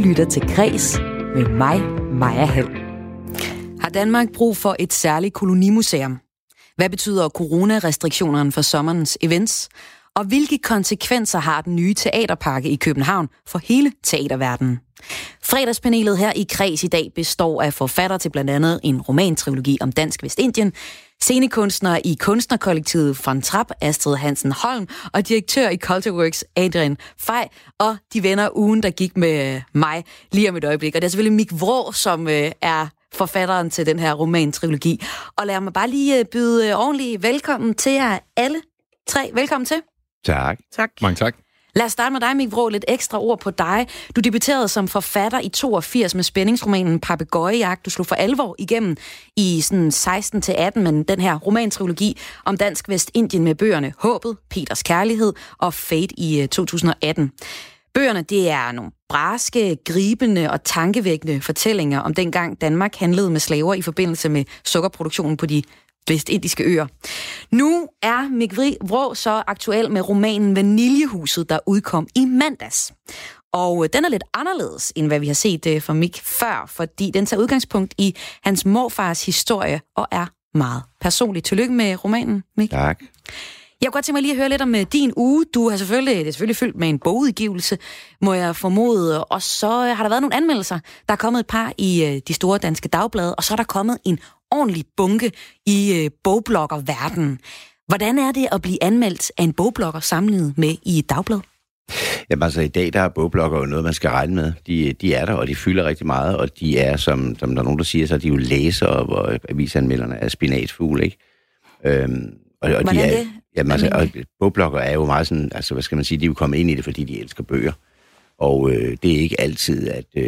lytter til Græs med mig, Maja Hall. Har Danmark brug for et særligt kolonimuseum? Hvad betyder coronarestriktionerne for sommerens events? Og hvilke konsekvenser har den nye teaterpakke i København for hele teaterverdenen? Fredagspanelet her i Kreds i dag består af forfatter til blandt andet en romantrilogi om Dansk Vestindien, scenekunstnere i kunstnerkollektivet Von Trapp, Astrid Hansen Holm, og direktør i CultureWorks, Adrian Fej, og de vender ugen, der gik med mig lige om et øjeblik. Og det er selvfølgelig Mik Vrå, som er forfatteren til den her romantrilogi. Og lad mig bare lige byde ordentligt velkommen til jer alle tre. Velkommen til. Tak. Mange tak. Lad os starte med dig, Mik Vrå. Lidt ekstra ord på dig. Du debuterede som forfatter i 82 med spændingsromanen Papegøjejagt. Du slog for alvor igennem i sådan 16-18, men den her romantrilogi om Dansk Vestindien med bøgerne Håbet, Peters Kærlighed og Fate i 2018. Bøgerne, det er nogle barske, gribende og tankevækkende fortællinger om dengang Danmark handlede med slaver i forbindelse med sukkerproduktionen på de vestindiske øer. Nu er Mik Vrå så aktuel med romanen Vaniljehuset, der udkom i mandags. Og den er lidt anderledes, end hvad vi har set fra Mik før, fordi den tager udgangspunkt i hans morfars historie og er meget personlig. Tillykke med romanen, Mik. Tak. Jeg kunne godt tænke mig lige at høre lidt om din uge. Det er selvfølgelig fyldt med en bogudgivelse, må jeg formode. Og så har der været nogle anmeldelser. Der er kommet et par i de store danske dagblade, og så er der kommet en ordentlig bunke i bogbloggerverdenen. Hvordan er det at blive anmeldt af en bogblogger sammenlignet med i et dagblad? Jamen altså, i dag der er bogblogger jo noget, man skal regne med. De er der, og de fylder rigtig meget, og de er, som der er nogen, der siger, så de er jo læsere, hvor avisanmelderne er spinatfugle, ikke? Hvordan de er, det? Jamen altså, og bogblogger er jo meget sådan, altså hvad skal man sige, de er jo kommet ind i det, fordi de elsker bøger. Og det er ikke altid,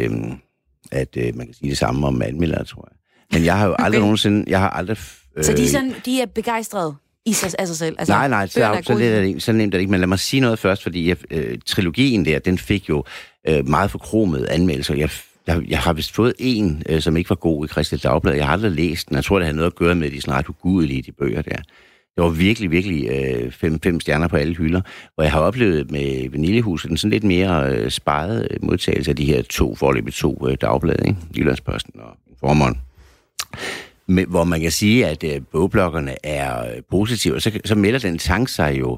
at man kan sige det samme om anmeldere, tror jeg. Men jeg har jo aldrig nogensinde, Så de er begejstrede af sig selv? Altså, nej, så nemt er det ikke. Men lad mig sige noget først, fordi trilogien der, den fik jo meget forkromede anmeldelser. Jeg har vist fået en, som ikke var god i Kristeligt Dagblad. Jeg har aldrig læst den. Jeg tror, det havde noget at gøre med, at de sådan ret ugudelige, de bøger der. Det var virkelig, virkelig 5 stjerner på alle hylder. Og jeg har oplevet med Vaniljehuset en sådan lidt mere sparet modtagelse af de her foreløbig to dagblade, ikke? Jyllandsposten og Formeren. Hvor man kan sige, at bogbloggerne er positive. Så melder den tanke sig jo,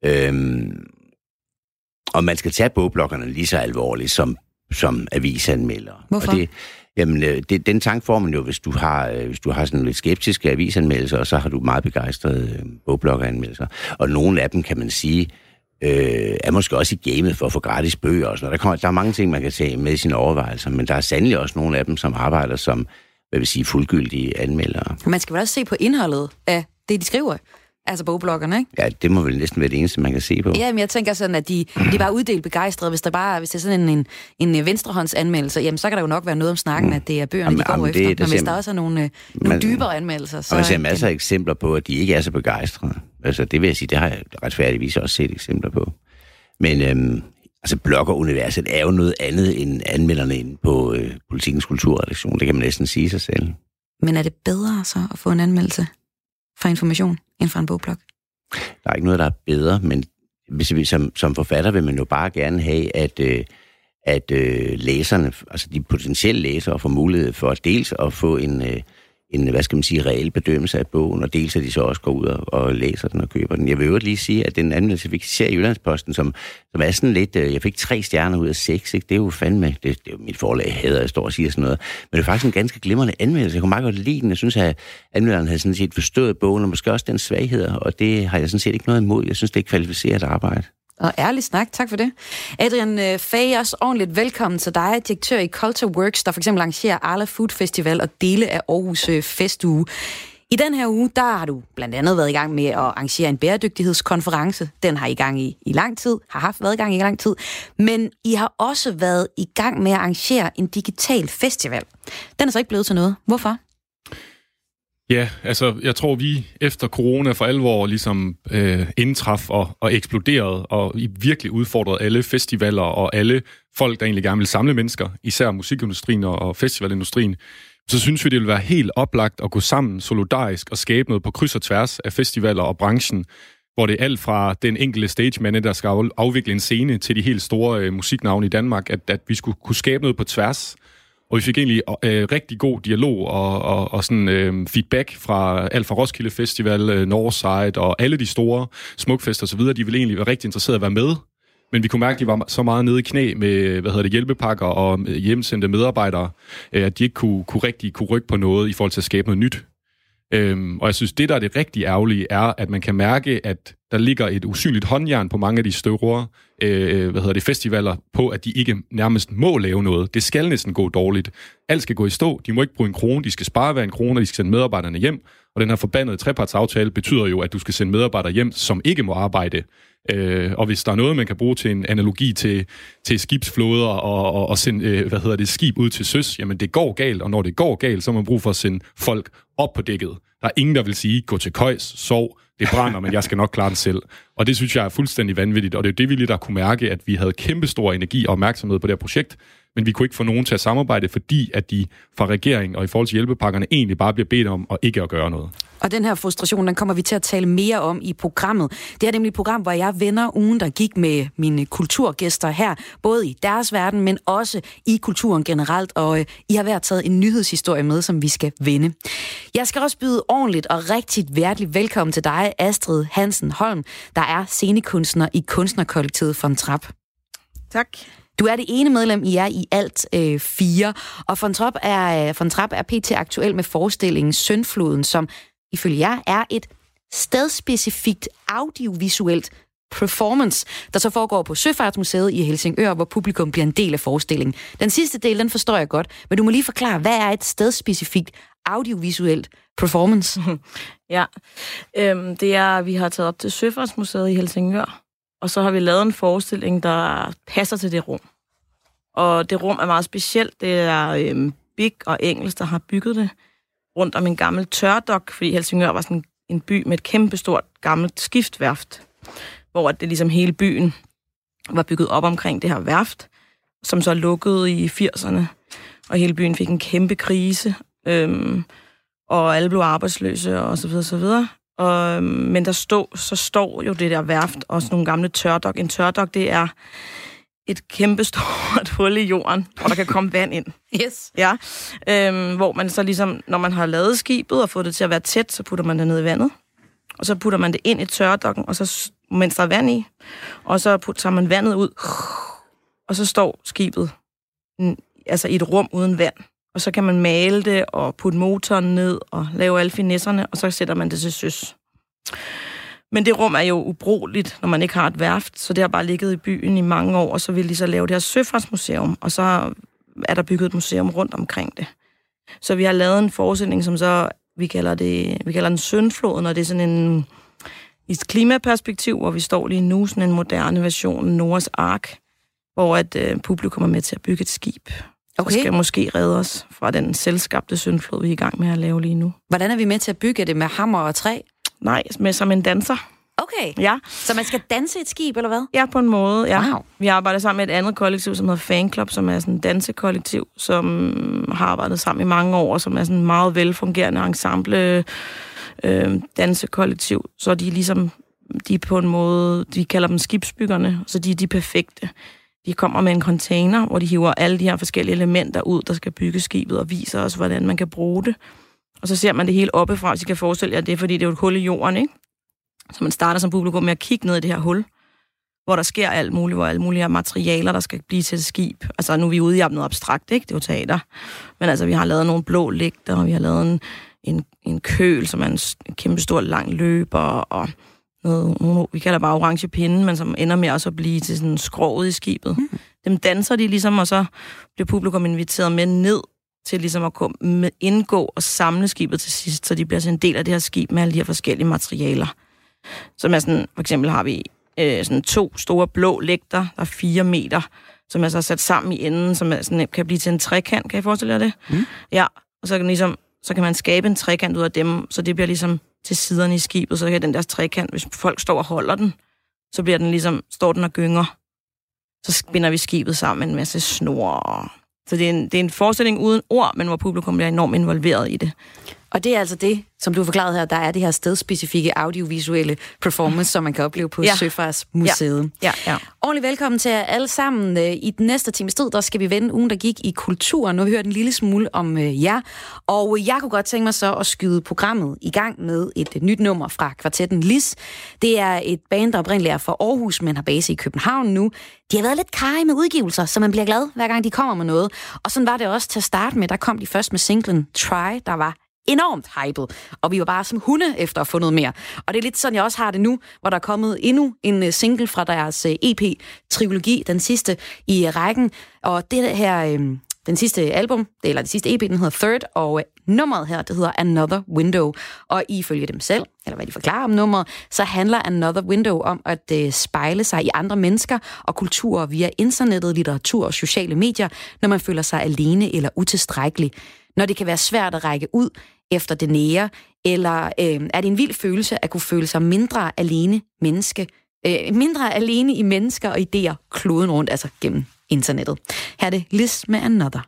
og man skal tage bogbloggerne lige så alvorligt som avisanmeldere. Hvorfor? Og den tanke får man jo, hvis du har sådan lidt skeptiske avisanmeldelser, og så har du meget begejstrede bogbloggeranmeldelser. Og nogle af dem, kan man sige, er måske også i gamet for at få gratis bøger og sådan noget. Der er mange ting, man kan tage med i sine overvejelser, men der er sandelig også nogle af dem, som arbejder som, hvad vil sige, fuldgyldige anmeldere. Man skal vel også se på indholdet af det, de skriver. Altså bogbloggerne, ikke? Ja, det må vel næsten være det eneste, man kan se på. Ja, men jeg tænker sådan, at de bare uddelt begejstrede. Hvis det er sådan en venstrehåndsanmeldelse, jamen så kan der jo nok være noget om snakken, at det er bøgerne, de går efter. Men hvis der også er nogle dybere anmeldelser, så... Og man ser masser af eksempler på, at de ikke er så begejstrede. Altså, det vil jeg sige, det har jeg retfærdigvis også set eksempler på. Men bloggeruniverset er jo noget andet end anmelderne inde på Politikens Kulturredaktion. Det kan man næsten sige sig selv. Men er det bedre så at få en anmeldelse fra Information end fra en bogblog? Der er ikke noget, der er bedre, men som forfatter vil man jo bare gerne have, at læserne, altså de potentielle læsere, får mulighed for dels at få en hvad skal man sige, reel bedømmelse af bogen, og dels at de så også går ud og læser den og køber den. Jeg vil jo lige sige, at den anmeldelse, vi ser i Jyllandsposten, som er sådan lidt, jeg fik 3 stjerner ud af 6, ikke? Det er jo fandme, det er jo mit forlag hader, jeg står og siger sådan noget, men det er faktisk en ganske glimrende anmeldelse. Jeg kunne meget godt lide den. Jeg synes, at anmelderen havde sådan set forstået bogen, og måske også den svagheder, og det har jeg sådan set ikke noget imod. Jeg synes, det er kvalificeret arbejde. Og ærlig snak, tak for det. Adrian Fay, også ordentligt velkommen til dig, direktør i CultureWorks, der for eksempel arrangerer Arla Food Festival og dele af Aarhus Festuge. I den her uge, der har du blandt andet været i gang med at arrangere en bæredygtighedskonference. Den har I gang i lang tid, været i gang i lang tid. Men I har også været i gang med at arrangere en digital festival. Den er så ikke blevet til noget. Hvorfor? Ja, altså jeg tror, vi efter corona for alvor ligesom indtraf og eksploderede og virkelig udfordrede alle festivaler og alle folk, der egentlig gerne vil samle mennesker, især musikindustrien og festivalindustrien. Så synes vi, det vil være helt oplagt at gå sammen solidarisk og skabe noget på kryds og tværs af festivaler og branchen, hvor det er alt fra den enkelte stage-manager, der skal afvikle en scene, til de helt store musiknavne i Danmark, at vi skulle kunne skabe noget på tværs. Og vi fik egentlig rigtig god dialog og sådan feedback fra alt fra Roskilde Festival, Northside og alle de store smukfester og så videre. De ville egentlig være rigtig interesserede at være med. Men vi kunne mærke, at de var så meget nede i knæ med hjælpepakker og hjemsendte medarbejdere, at de ikke kunne rykke på noget i forhold til at skabe noget nyt. Og jeg synes, det der er det rigtig ærgerlige, er, at man kan mærke, at der ligger et usynligt håndjern på mange af de store festivaler på, at de ikke nærmest må lave noget. Det skal næsten gå dårligt. Alt skal gå i stå. De må ikke bruge en krone. De skal spare hver en krone, og de skal sende medarbejderne hjem. Og den her forbandede trepartsaftale betyder jo, at du skal sende medarbejdere hjem, som ikke må arbejde. Og hvis der er noget, man kan bruge til en analogi til skibsflåder og sende skib ud til søs, jamen det går galt, og når det går galt, så har man brug for at sende folk op på dækket. Der er ingen, der vil sige, gå til køjs, sov, det brænder, men jeg skal nok klare det selv. Og det synes jeg er fuldstændig vanvittigt, og det er jo det, vi lige der kunne mærke, at vi havde kæmpestor energi og opmærksomhed på det her projekt, men vi kunne ikke få nogen til at samarbejde, fordi at de fra regeringen og i forhold til hjælpepakkerne egentlig bare bliver bedt om at ikke at gøre noget. Og den her frustration, den kommer vi til at tale mere om i programmet. Det er nemlig et program, hvor jeg vender ugen, der gik med mine kulturgæster her, både i deres verden, men også i kulturen generelt, og I har været taget en nyhedshistorie med, som vi skal vende. Jeg skal også byde ordentligt og rigtig hjerteligt velkommen til dig, Astrid Hansen Holm, der er scenekunstner i kunstnerkollektivet Von Trapp. Tak. Du er det ene medlem, I er i alt 4, og Von Trapp er pt. Aktuel med forestillingen Syndfloden, som ifølge jer er et stedspecifikt audiovisuelt performance, der så foregår på Søfartsmuseet i Helsingør, hvor publikum bliver en del af forestillingen. Den sidste del, den forstår jeg godt, men du må lige forklare, hvad er et stedspecifikt audiovisuelt performance? Ja, det er, vi har taget op til Søfartsmuseet i Helsingør, og så har vi lavet en forestilling, der passer til det rum. Og det rum er meget specielt. Det er Big og Engels, der har bygget det rundt om en gammel tørdok, fordi Helsingør var sådan en by med et kæmpestort gammelt skibsværft, hvor det ligesom hele byen var bygget op omkring det her værft, som så lukkede i 80'erne, og hele byen fik en kæmpe krise, og alle blev arbejdsløse, og så videre, så videre. Men så står jo det der værft, også nogle gamle tørdok. En tørdok, det er et kæmpestort hul i jorden, hvor der kan komme vand ind. Yes. Ja. Hvor man så ligesom, når man har lavet skibet og fået det til at være tæt, så putter man det ned i vandet. Og så putter man det ind i tørdokken, og så, mens der er vand i, og så tager man vandet ud, og så står skibet altså i et rum uden vand. Og så kan man male det og putte motoren ned og lave alle finesserne, og så sætter man det til søs. Men det rum er jo ubrugeligt, når man ikke har et værft, så det har bare ligget i byen i mange år, og så vil de så lave det her Søfartsmuseum, og så er der bygget et museum rundt omkring det. Så vi har lavet en forestilling, som så, vi kalder den Syndfloden, og det er sådan en, i et klimaperspektiv, hvor vi står lige nu, sådan en moderne version af Noahs Ark, hvor at publikum er med til at bygge et skib. Okay. Og skal måske redde os fra den selvskabte syndflod, vi er i gang med at lave lige nu. Hvordan er vi med til at bygge det med hammer og træ? Nej, som en danser. Okay, ja. Så man skal danse et skib, eller hvad? Ja, på en måde, ja. Wow. Vi arbejder sammen med et andet kollektiv, som hedder Fanclub, som er sådan en dansekollektiv, som har arbejdet sammen i mange år, som er sådan en meget velfungerende ensemble dansekollektiv. Så de er ligesom, de er på en måde, de kalder dem skibsbyggerne, så de er de perfekte. De kommer med en container, hvor de hiver alle de her forskellige elementer ud, der skal bygge skibet, og viser os, hvordan man kan bruge det. Og så ser man det hele oppefra, så I kan forestille jer det, fordi det er jo et hul i jorden, ikke? Så man starter som publikum med at kigge ned i det her hul, hvor der sker alt muligt, hvor alle mulige materialer, der skal blive til et skib. Altså nu er vi ude i noget abstrakt, ikke? Det er jo teater. Men altså, vi har lavet nogle blå lygter, og vi har lavet en køl, som er en kæmpe stor lang løber, og noget, vi kalder bare orange pinde, men som ender med også at blive til sådan skroget i skibet. Dem danser de ligesom, og så bliver publikum inviteret med ned til ligesom at indgå og samle skibet til sidst, så de bliver sådan en del af det her skib med alle de her forskellige materialer. Som er sådan, for eksempel har vi sådan 2 store blå lægter, der er 4 meter, som er så sat sammen i enden, som er sådan, kan blive til en trekant. Kan I forestille jer det? Ja, og så kan man skabe en trekant ud af dem, så det bliver ligesom til siderne i skibet, så kan den der trekant, hvis folk står og holder den, så bliver den ligesom, står den og gynger. Så spinder vi skibet sammen med en masse snor. Så det er en forestilling uden ord, men hvor publikum bliver enormt involveret i det. Og det er altså det, som du forklarede her, der er det her stedspecifikke audiovisuelle performance, som man kan opleve på Søfartsmuseet. Ja. Ordentligt velkommen til jer alle sammen. I den næste times tid, der skal vi vende ugen, der gik i kulturen. Nu har vi hørt en lille smule om jer. Og jeg kunne godt tænke mig så at skyde programmet i gang med et nyt nummer fra kvartetten Lis. Det er et band, der oprindeligt er fra Aarhus, men har base i København nu. De har været lidt karrige med udgivelser, så man bliver glad, hver gang de kommer med noget. Og sådan var det også til at starte med. Der kom de først med singlen Try, der var enormt hyped, og vi var bare som hunde efter at få noget mere. Og det er lidt sådan, jeg også har det nu, hvor der er kommet endnu en single fra deres EP-trilogi, den sidste i rækken. Og det her, den sidste album, eller det sidste EP, den hedder Third, og nummeret her, det hedder Another Window. Og ifølge dem selv, eller hvad de forklarer om nummeret, så handler Another Window om at spejle sig i andre mennesker og kulturer via internettet, litteratur og sociale medier, når man føler sig alene eller utilstrækkelig. Når det kan være svært at række ud efter det nære, eller er det en vild følelse at kunne føle sig mindre alene i mennesker og idéer kloden rundt, altså gennem internettet. Her er det Lis med Another.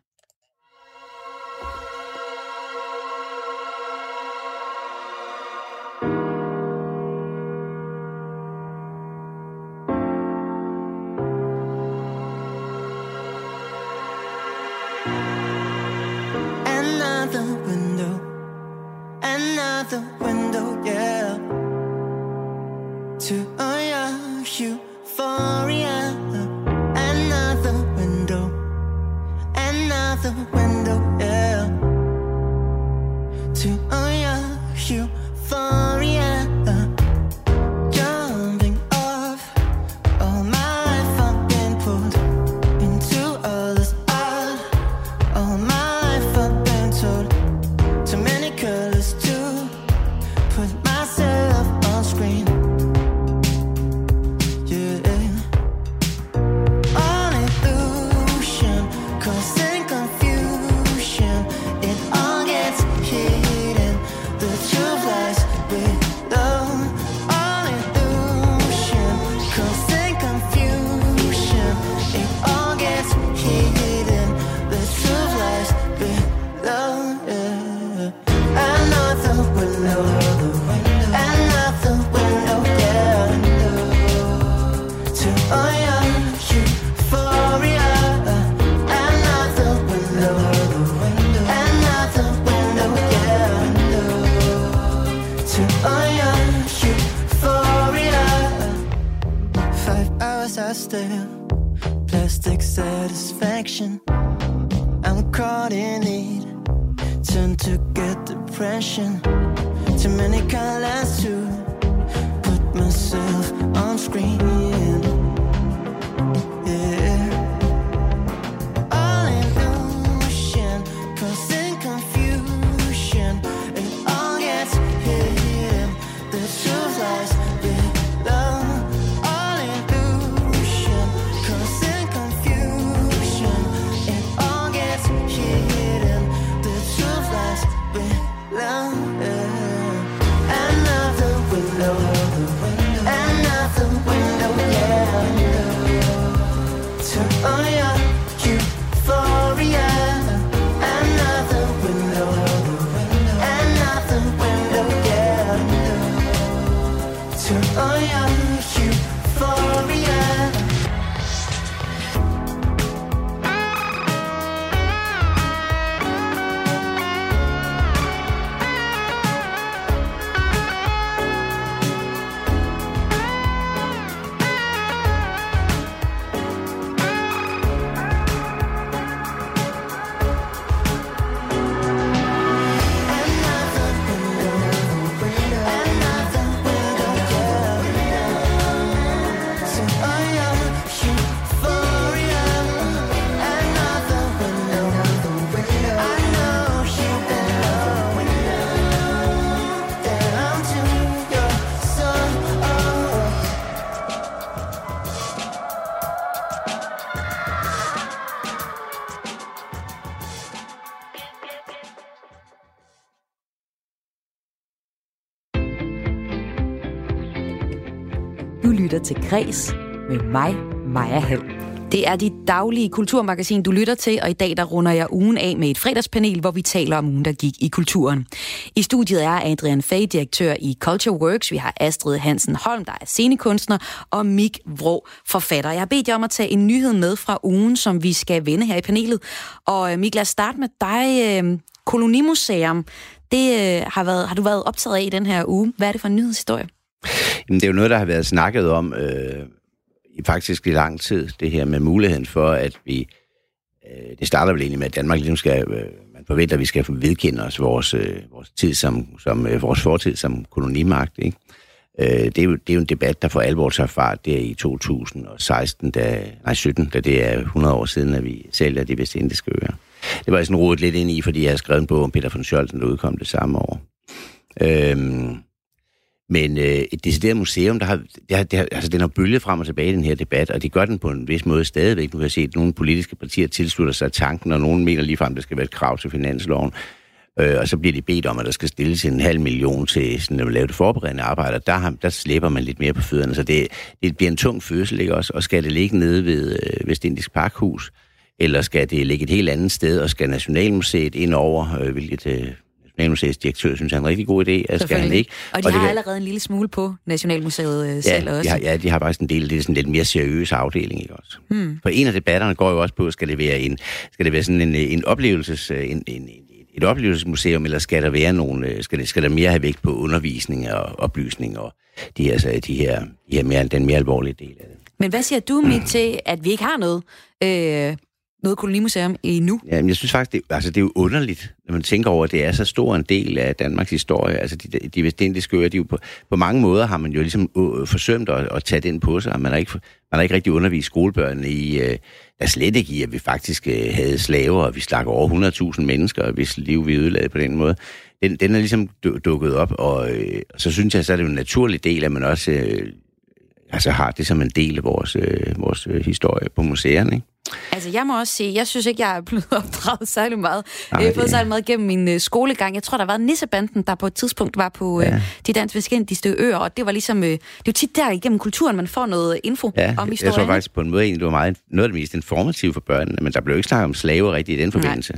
Another window, yeah, to euphoria. Another window, yeah, to euphoria. Jumping off all my life, I've been pulled into all this art. All my life, I've been told too many colors to put myself on screen. Yeah, all illusion, causing confusion. It all gets hidden. The truth lies below. All illusion, causing confusion. It all gets hidden. The truth lies below. Yeah. Another window, yeah, to euphoria. Another window, yeah, to euphoria. 5 hours I stare, plastic satisfaction. I'm caught in it, turn to get depression. Too many colors to put myself on screen. Yeah, all illusion, causing confusion. It all gets hidden. The truth lies below. All illusion, causing confusion. It all gets hidden. The truth lies below. Another window, yeah, to euphoria. Another window, yeah, to euphoria. Du lytter til Græs med mig, Maja Hall. Det er dit daglige kulturmagasin, du lytter til, og i dag der runder jeg ugen af med et fredagspanel, hvor vi taler om ugen, der gik i kulturen. I studiet er Adrian Fay, direktør i Culture Works. Vi har Astrid Hansen Holm, der er scenekunstner, og Mik Vrå, forfatter. Jeg har bedt jer om at tage en nyhed med fra ugen, som vi skal vende her i panelet. Og Mik, lad os starte med dig. Kolonimuseum, det har du været optaget af i den her uge. Hvad er det for en nyhedshistorie? Jamen, det er jo noget, der har været snakket om faktisk i lang tid, det her med muligheden for, at vi... det starter vel egentlig med, at Danmark ligesom skal... man forventer, at vi skal vedkende os vores tid vores fortid som kolonimagt, ikke? Det er jo en debat, der for alvor tager fart der i 2017, da det er 100 år siden, at vi sælger de vestindiske øer. Det var jeg sådan rodet lidt ind i, fordi jeg har skrevet en bog om Peter von Scholten, der udkom det samme år. Men et decideret museum, den har bølget frem og tilbage i den her debat, og det gør den på en vis måde stadigvæk. Nu har jeg set, at nogle politiske partier tilslutter sig tanken, og nogen mener ligefrem, at det skal være et krav til finansloven. Og så bliver de bedt om, at der skal stilles 500.000 til sådan at lave det forberedende arbejde, og der slæber man lidt mere på fødderne. Så det bliver en tung fødsel, ikke også? Og skal det ligge nede ved Vestindisk Parkhus, eller skal det ligge et helt andet sted, og skal Nationalmuseet ind over, hvilket... Nationalmuseets direktør synes jeg er en rigtig god idé, skal han ikke. Og de har allerede en lille smule på Nationalmuseet selv også. Ja, de har faktisk en del, det er sådan en lidt mere seriøs afdeling, ikke også? For en af debatterne går jo også på, skal det være sådan en et oplevelsesmuseum, eller skal der være skal der mere have vægt på undervisning og oplysning, og den mere alvorlige del af det. Men hvad siger du, Mik, til, at vi ikke har noget kolonimuseum endnu? Ja, men jeg synes faktisk, det er jo underligt, når man tænker over, at det er så stor en del af Danmarks historie. Altså, de vestindiske øer, de jo på mange måder har man jo ligesom forsømt at tage den på sig. Man har ikke rigtig undervist skolebørnene i, der slet ikke i, at vi faktisk havde slaver, og vi stak over 100.000 mennesker, hvis liv vi ødelagde på den måde. Den er ligesom dukket op, og så synes jeg, så er det jo en naturlig del, at man også har det som en del af vores historie på museerne, ikke? Altså, jeg må også sige, jeg synes ikke, jeg er blevet opdraget særlig meget. Jeg har fået særlig meget gennem min skolegang. Jeg tror, der var Nissebanden, der på et tidspunkt var på de dansk vestindiske øer, og det var ligesom, det er jo tit der igennem kulturen, man får noget info om historien. Jeg tror faktisk på en måde, det var noget af det mest informative for børnene, men der blev ikke snakket om slaver rigtigt i den forbindelse.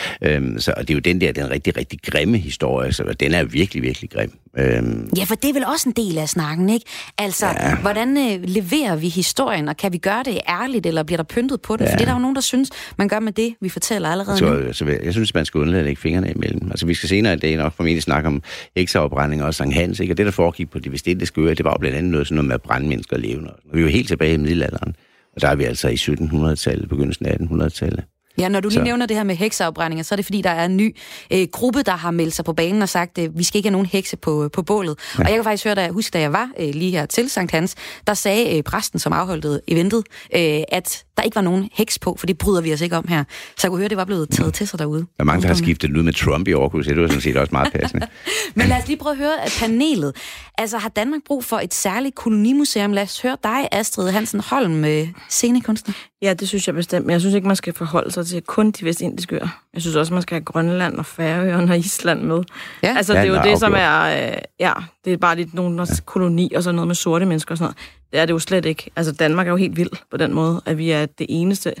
Så det er jo den rigtig, rigtig grimme historie, så den er virkelig, virkelig grim. Ja, for det er vel også en del af snakken, ikke? Altså, hvordan leverer vi historien, og kan vi gøre det ærligt, eller bliver der pyntet på den? For det er der jo nogen, der synes, man gør med det, vi fortæller allerede nu. Så jeg synes, man skal undlade at lægge fingrene imellem. Altså, vi skal senere i dag nok formentlig snakke om hekseafbrændinger og Sankt Hans, ikke? Og det, der foregik på de vestindiske øer, det var jo blandt andet noget med at brænde mennesker levende. Vi er jo helt tilbage i middelalderen, og der er vi altså i 1700-tallet, begyndelsen af 1800-tallet. Ja, når du lige nævner det her med hekseafbrændinger, så er det fordi, der er en ny gruppe, der har meldt sig på banen og sagt, at vi skal ikke have nogen hekse på bålet. Ja. Og jeg kan faktisk høre, da jeg var lige her til Sankt Hans, der sagde præsten, som afholdt eventet, at der ikke var nogen heks på, for det bryder vi os ikke om her. Så jeg kunne høre, at det var blevet taget til sig derude. Der er mange, der har skiftet ud med Trump i Aarhus, det var sådan set også meget passende. Men lad os lige prøve at høre panelet. Altså, har Danmark brug for et særligt kolonimuseum? Lad os høre dig, Astrid Hansen Holm, scenekunstner. Ja, det synes jeg bestemt, men jeg synes ikke, man skal forholde sig til kun de vestindiske øer. Jeg synes også, man skal have Grønland og Færøerne og Island med. Ja. Altså, det er jo det, som er... det er bare lidt nogle koloni og sådan noget med sorte mennesker og sådan noget. Det er det jo slet ikke. Altså, Danmark er jo helt vild på den måde, at vi er det eneste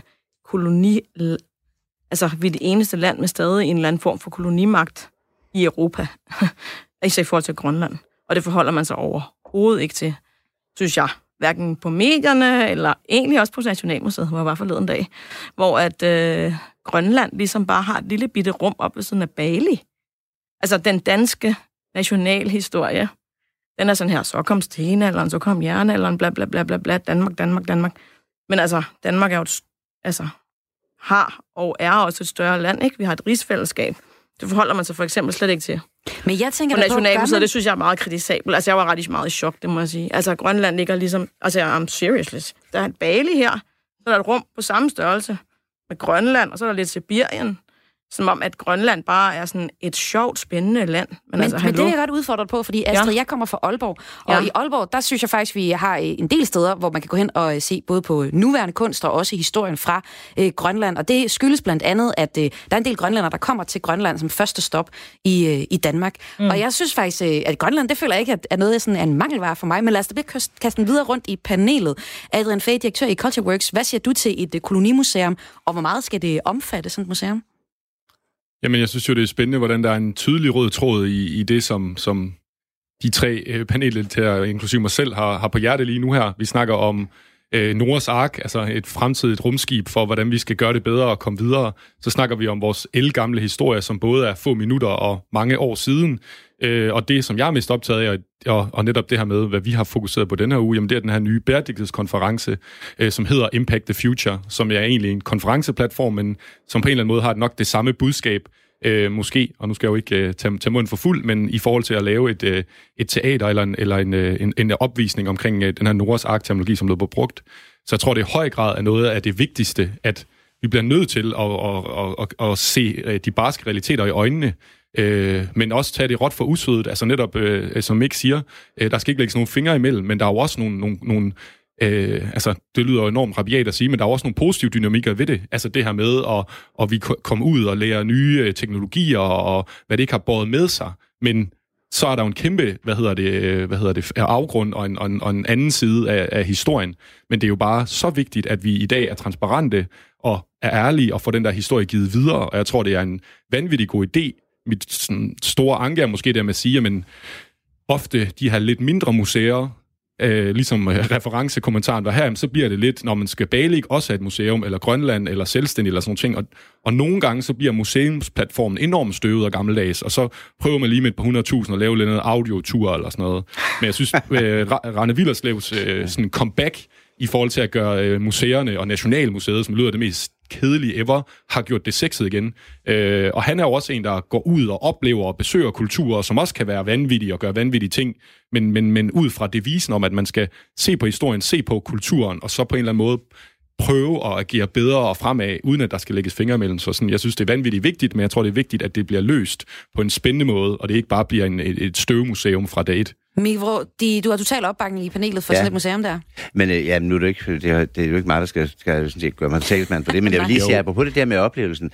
vi er det eneste land med stadig en eller anden form for kolonimagt i Europa. Især i forhold til Grønland. Og det forholder man sig overhovedet ikke til, synes jeg. Hverken på medierne, eller egentlig også på Nationalmuseet, hvor jeg var forleden dag, hvor at Grønland ligesom bare har et lille bitte rum op ved siden af Bali. Altså, den danske nationalhistorie, den er sådan her, så kom stenalderen, så kom jernalderen, bla bla bla bla bla, Danmark. Men altså, Danmark er jo har og er også et større land, ikke? Vi har et rigsfællesskab. Det forholder man sig for eksempel slet ikke til. Men jeg tænker, på Nationalmuseet, det synes jeg er meget kritisabelt. Altså, jeg var ret meget i chok, det må jeg sige. Altså, Grønland ligger ligesom... Altså, I'm seriously. Der er et Bali her, så er der et rum på samme størrelse med Grønland, og så er der lidt Sibirien. som om, at Grønland bare er sådan et sjovt, spændende land. Men det er jeg godt udfordret på, fordi Astrid, jeg kommer fra Aalborg, og i Aalborg, der synes jeg faktisk, vi har en del steder, hvor man kan gå hen og se både på nuværende kunst og også historien fra Grønland, og det skyldes blandt andet, at der er en del grønlændere, der kommer til Grønland som første stop i Danmark. Og jeg synes faktisk, at Grønland, det føler jeg ikke er noget sådan en mangelvare for mig, men lad os da blive kastet videre rundt i panelet. Adrian Fay, direktør i CultureWorks, hvad siger du til et kolonimuseum, og hvor meget skal det omfatte sådan et museum? Jamen, jeg synes jo, det er spændende, hvordan der er en tydelig rød tråd i det, som de tre paneldeltagere, inklusive mig selv, har på hjerte lige nu her. Vi snakker om Noahs Ark, altså et fremtidigt rumskib for, hvordan vi skal gøre det bedre og komme videre. Så snakker vi om vores ældgamle historie, som både er få minutter og mange år siden. Og det, som jeg er mest optaget af, og netop det her med, hvad vi har fokuseret på denne her uge, jamen det er den her nye bæredygtighedskonference, som hedder Impact the Future, som er egentlig en konferenceplatform, men som på en eller anden måde har nok det samme budskab, måske, og nu skal jeg jo ikke tage munden for fuld, men i forhold til at lave et teater eller en opvisning omkring den her Noahs Ark-terminologi, som blev brugt. Så jeg tror, det i høj grad er noget af det vigtigste, at vi bliver nødt til at se de barske realiteter i øjnene, men også tage det råt for usødet, altså netop, som Mick siger, der skal ikke lægges nogle fingre imellem, men der er jo også nogle altså, det lyder enormt rabiat at sige, men der er også nogle positive dynamikker ved det. Altså det her med, at vi kommer ud og lærer nye teknologier, og hvad det ikke har båret med sig. Men så er der jo en kæmpe, afgrund og en anden side af historien. Men det er jo bare så vigtigt, at vi i dag er transparente og er ærlige og får den der historie givet videre. Og jeg tror, det er en vanvittig god idé. Mit sådan, store anke er måske det med at sige, men ofte de her lidt mindre museer, ligesom referencekommentaren var her, så bliver det lidt, når man skal Balik også er et museum, eller Grønland, eller selvstændig, eller sådan noget ting. Og nogle gange, så bliver museumsplatformen enormt støvet og gammeldags, og så prøver man lige med et par 100.000 at lave lidt noget audiotur, eller sådan noget. Men jeg synes, Rane Willerslev sådan comeback i forhold til at gøre museerne og Nationalmuseet, som lyder det mest kedelige ever, har gjort det sexet igen. Og han er jo også en, der går ud og oplever og besøger kulturer, som også kan være vanvittige og gøre vanvittige ting, men ud fra devisen om, at man skal se på historien, se på kulturen, og så på en eller anden måde prøve at agere bedre og fremad, uden at der skal lægges fingre imellem. Så sådan, jeg synes, det er vanvittigt vigtigt, men jeg tror, det er vigtigt, at det bliver løst på en spændende måde, og det ikke bare bliver et støvmuseum fra dag 1. Mikkel Vraa, du har total opbakning i panelet for sådan et museum der. Men nu er det ikke, det er jo ikke mig, der skal sådan set gøre mig talsmand for det, men jeg vil lige sige, på det der med oplevelsen,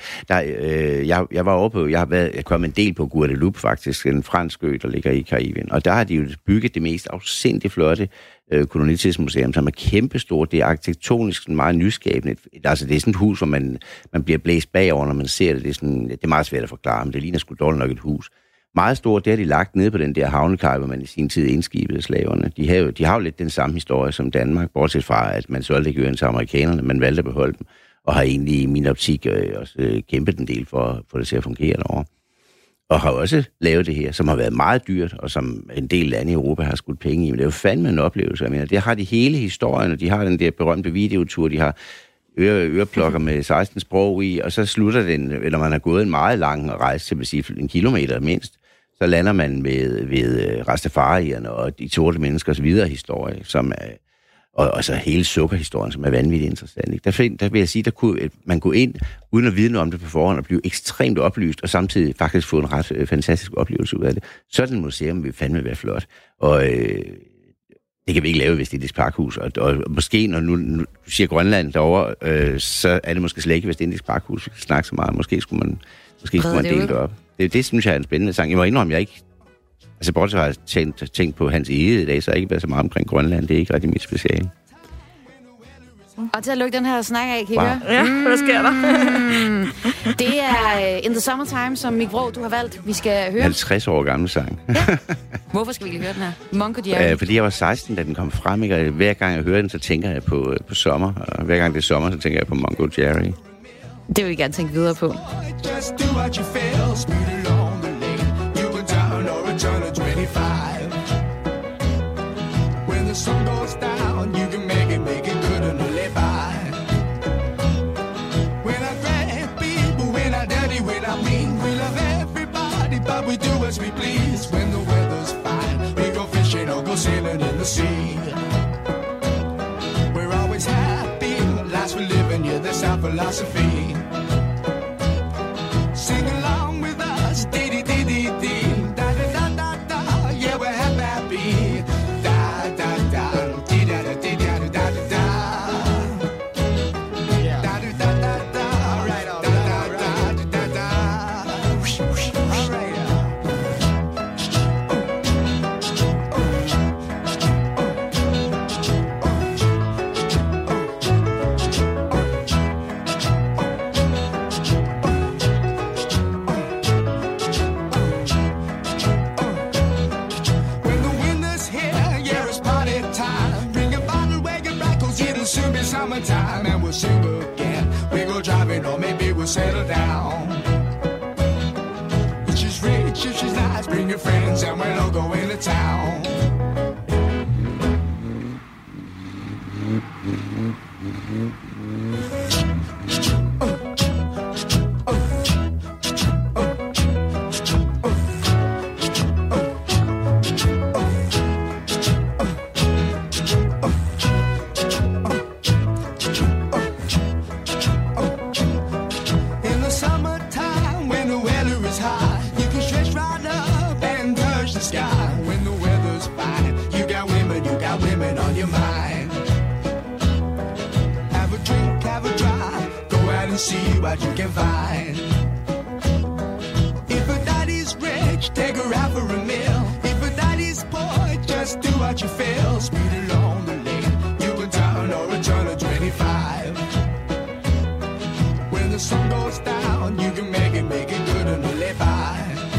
jeg var over på, jeg kom en del på Guadeloupe faktisk, en fransk ø, der ligger i Karibien, og der har de jo bygget det mest afsindigt flotte kolonitidsmuseum, som er kæmpestort. Det er arkitektonisk meget nyskabende. Altså det er sådan et hus, hvor man bliver blæst bagover, når man ser det. Det er meget svært at forklare, men det ligner sgu dårligt nok et hus. Meget stort, det har de lagt nede på den der havnekaj, hvor man i sin tid indskibede slaverne. De har jo lidt den samme historie som Danmark, bortset fra, at man solgte ikke øen til amerikanerne, man valgte at beholde dem, og har egentlig i min optik også kæmpet en del for at få det til at fungere derovre. Og har også lavet det her, som har været meget dyrt, og som en del lande i Europa har skudt penge i. Men det er jo fandme en oplevelse. Jeg mener, det har de hele historien, og de har den der berømte videotur, de har øreplukker med 16 sprog i, og så slutter den, eller man har gået en meget lang rejse, til at sige 1 kilometer mindst, så lander man ved Rastafarierne og de sorte menneskers videre historie, som er, og så hele sukkerhistorien, som er vanvittigt interessant. Ikke? Der vil jeg sige, man gå ind, uden at vide noget om det på forhånd, og blive ekstremt oplyst, og samtidig faktisk få en ret fantastisk oplevelse ud af det. Sådan et museum vil fandme være flot. Og det kan vi ikke lave, hvis det er Indisk Parkhus. Og måske, når nu du siger Grønland derovre, så er det måske slet ikke, hvis det er Indisk Parkhus, vi kan snakke så meget. Måske skulle man dele det op. Det synes jeg er en spændende sang. Jeg må indrømme, jeg ikke... Altså, bortset har jeg tænkt på Hans Egede i dag, så har jeg ikke været så meget omkring Grønland. Det er ikke rigtig mit speciale. Og til at lukke den her snak af, kan I høre? Ja, hvad sker der? Det er In the Summertime, som Mikkel Vraa, du har valgt. Vi skal høre... 50 år gammel sang. Ja. Hvorfor skal vi lige høre den her? Mongo Jerry. Fordi jeg var 16, da den kom frem, ikke? Og hver gang jeg hører den, så tænker jeg på sommer. Og hver gang det er sommer, så tænker jeg på Mongo Jerry. Det vil vi gerne tænke videre på. Just do what you feel, speed along the lane. You go down or return to 25. When the sun goes down, you can make it good and live by. When I grab people, when I dirty, when I mean, we love everybody, but we do as we please. When the weather's fine, we go fishing or go sailing in the sea. We're always happy, the lives we live in, yeah, that's our philosophy. See sing again. We go driving or maybe we'll settle down. If she's rich, if she's nice, bring your friends and we'll all go into town. See what you can find. If a daddy's rich, take her out for a meal. If a daddy's poor, just do what you feel. Speed along the lane, you can turn or return to 25. When the sun goes down, you can make it good and live by.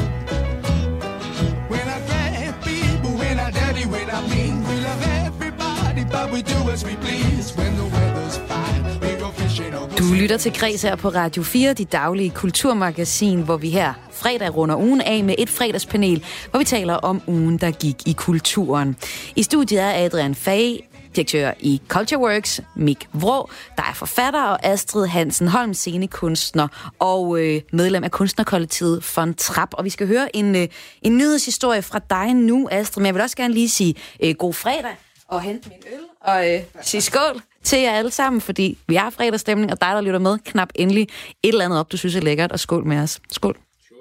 When I grab people, when I dirty, when I mean, we love everybody, but we do as we please. When the weather's fine, we go fishing or go. Du lytter til Græs her på Radio 4, dit daglige kulturmagasin, hvor vi her fredag runder ugen af med et fredagspanel, hvor vi taler om ugen, der gik i kulturen. I studiet er Adrian Fay, direktør i Cultureworks, Mik Vrå, der er forfatter, og Astrid Hansen Holm, scenekunstner og medlem af kunstnerkollektivet Von Trapp. Og vi skal høre en nyhedshistorie fra dig nu, Astrid, men jeg vil også gerne lige sige god fredag og hente min øl og sige skål til jer alle sammen, fordi vi har fredagsstemning, og dig, der lytter med, knap endelig et eller andet op, du synes er lækkert, og skål med os. Skål.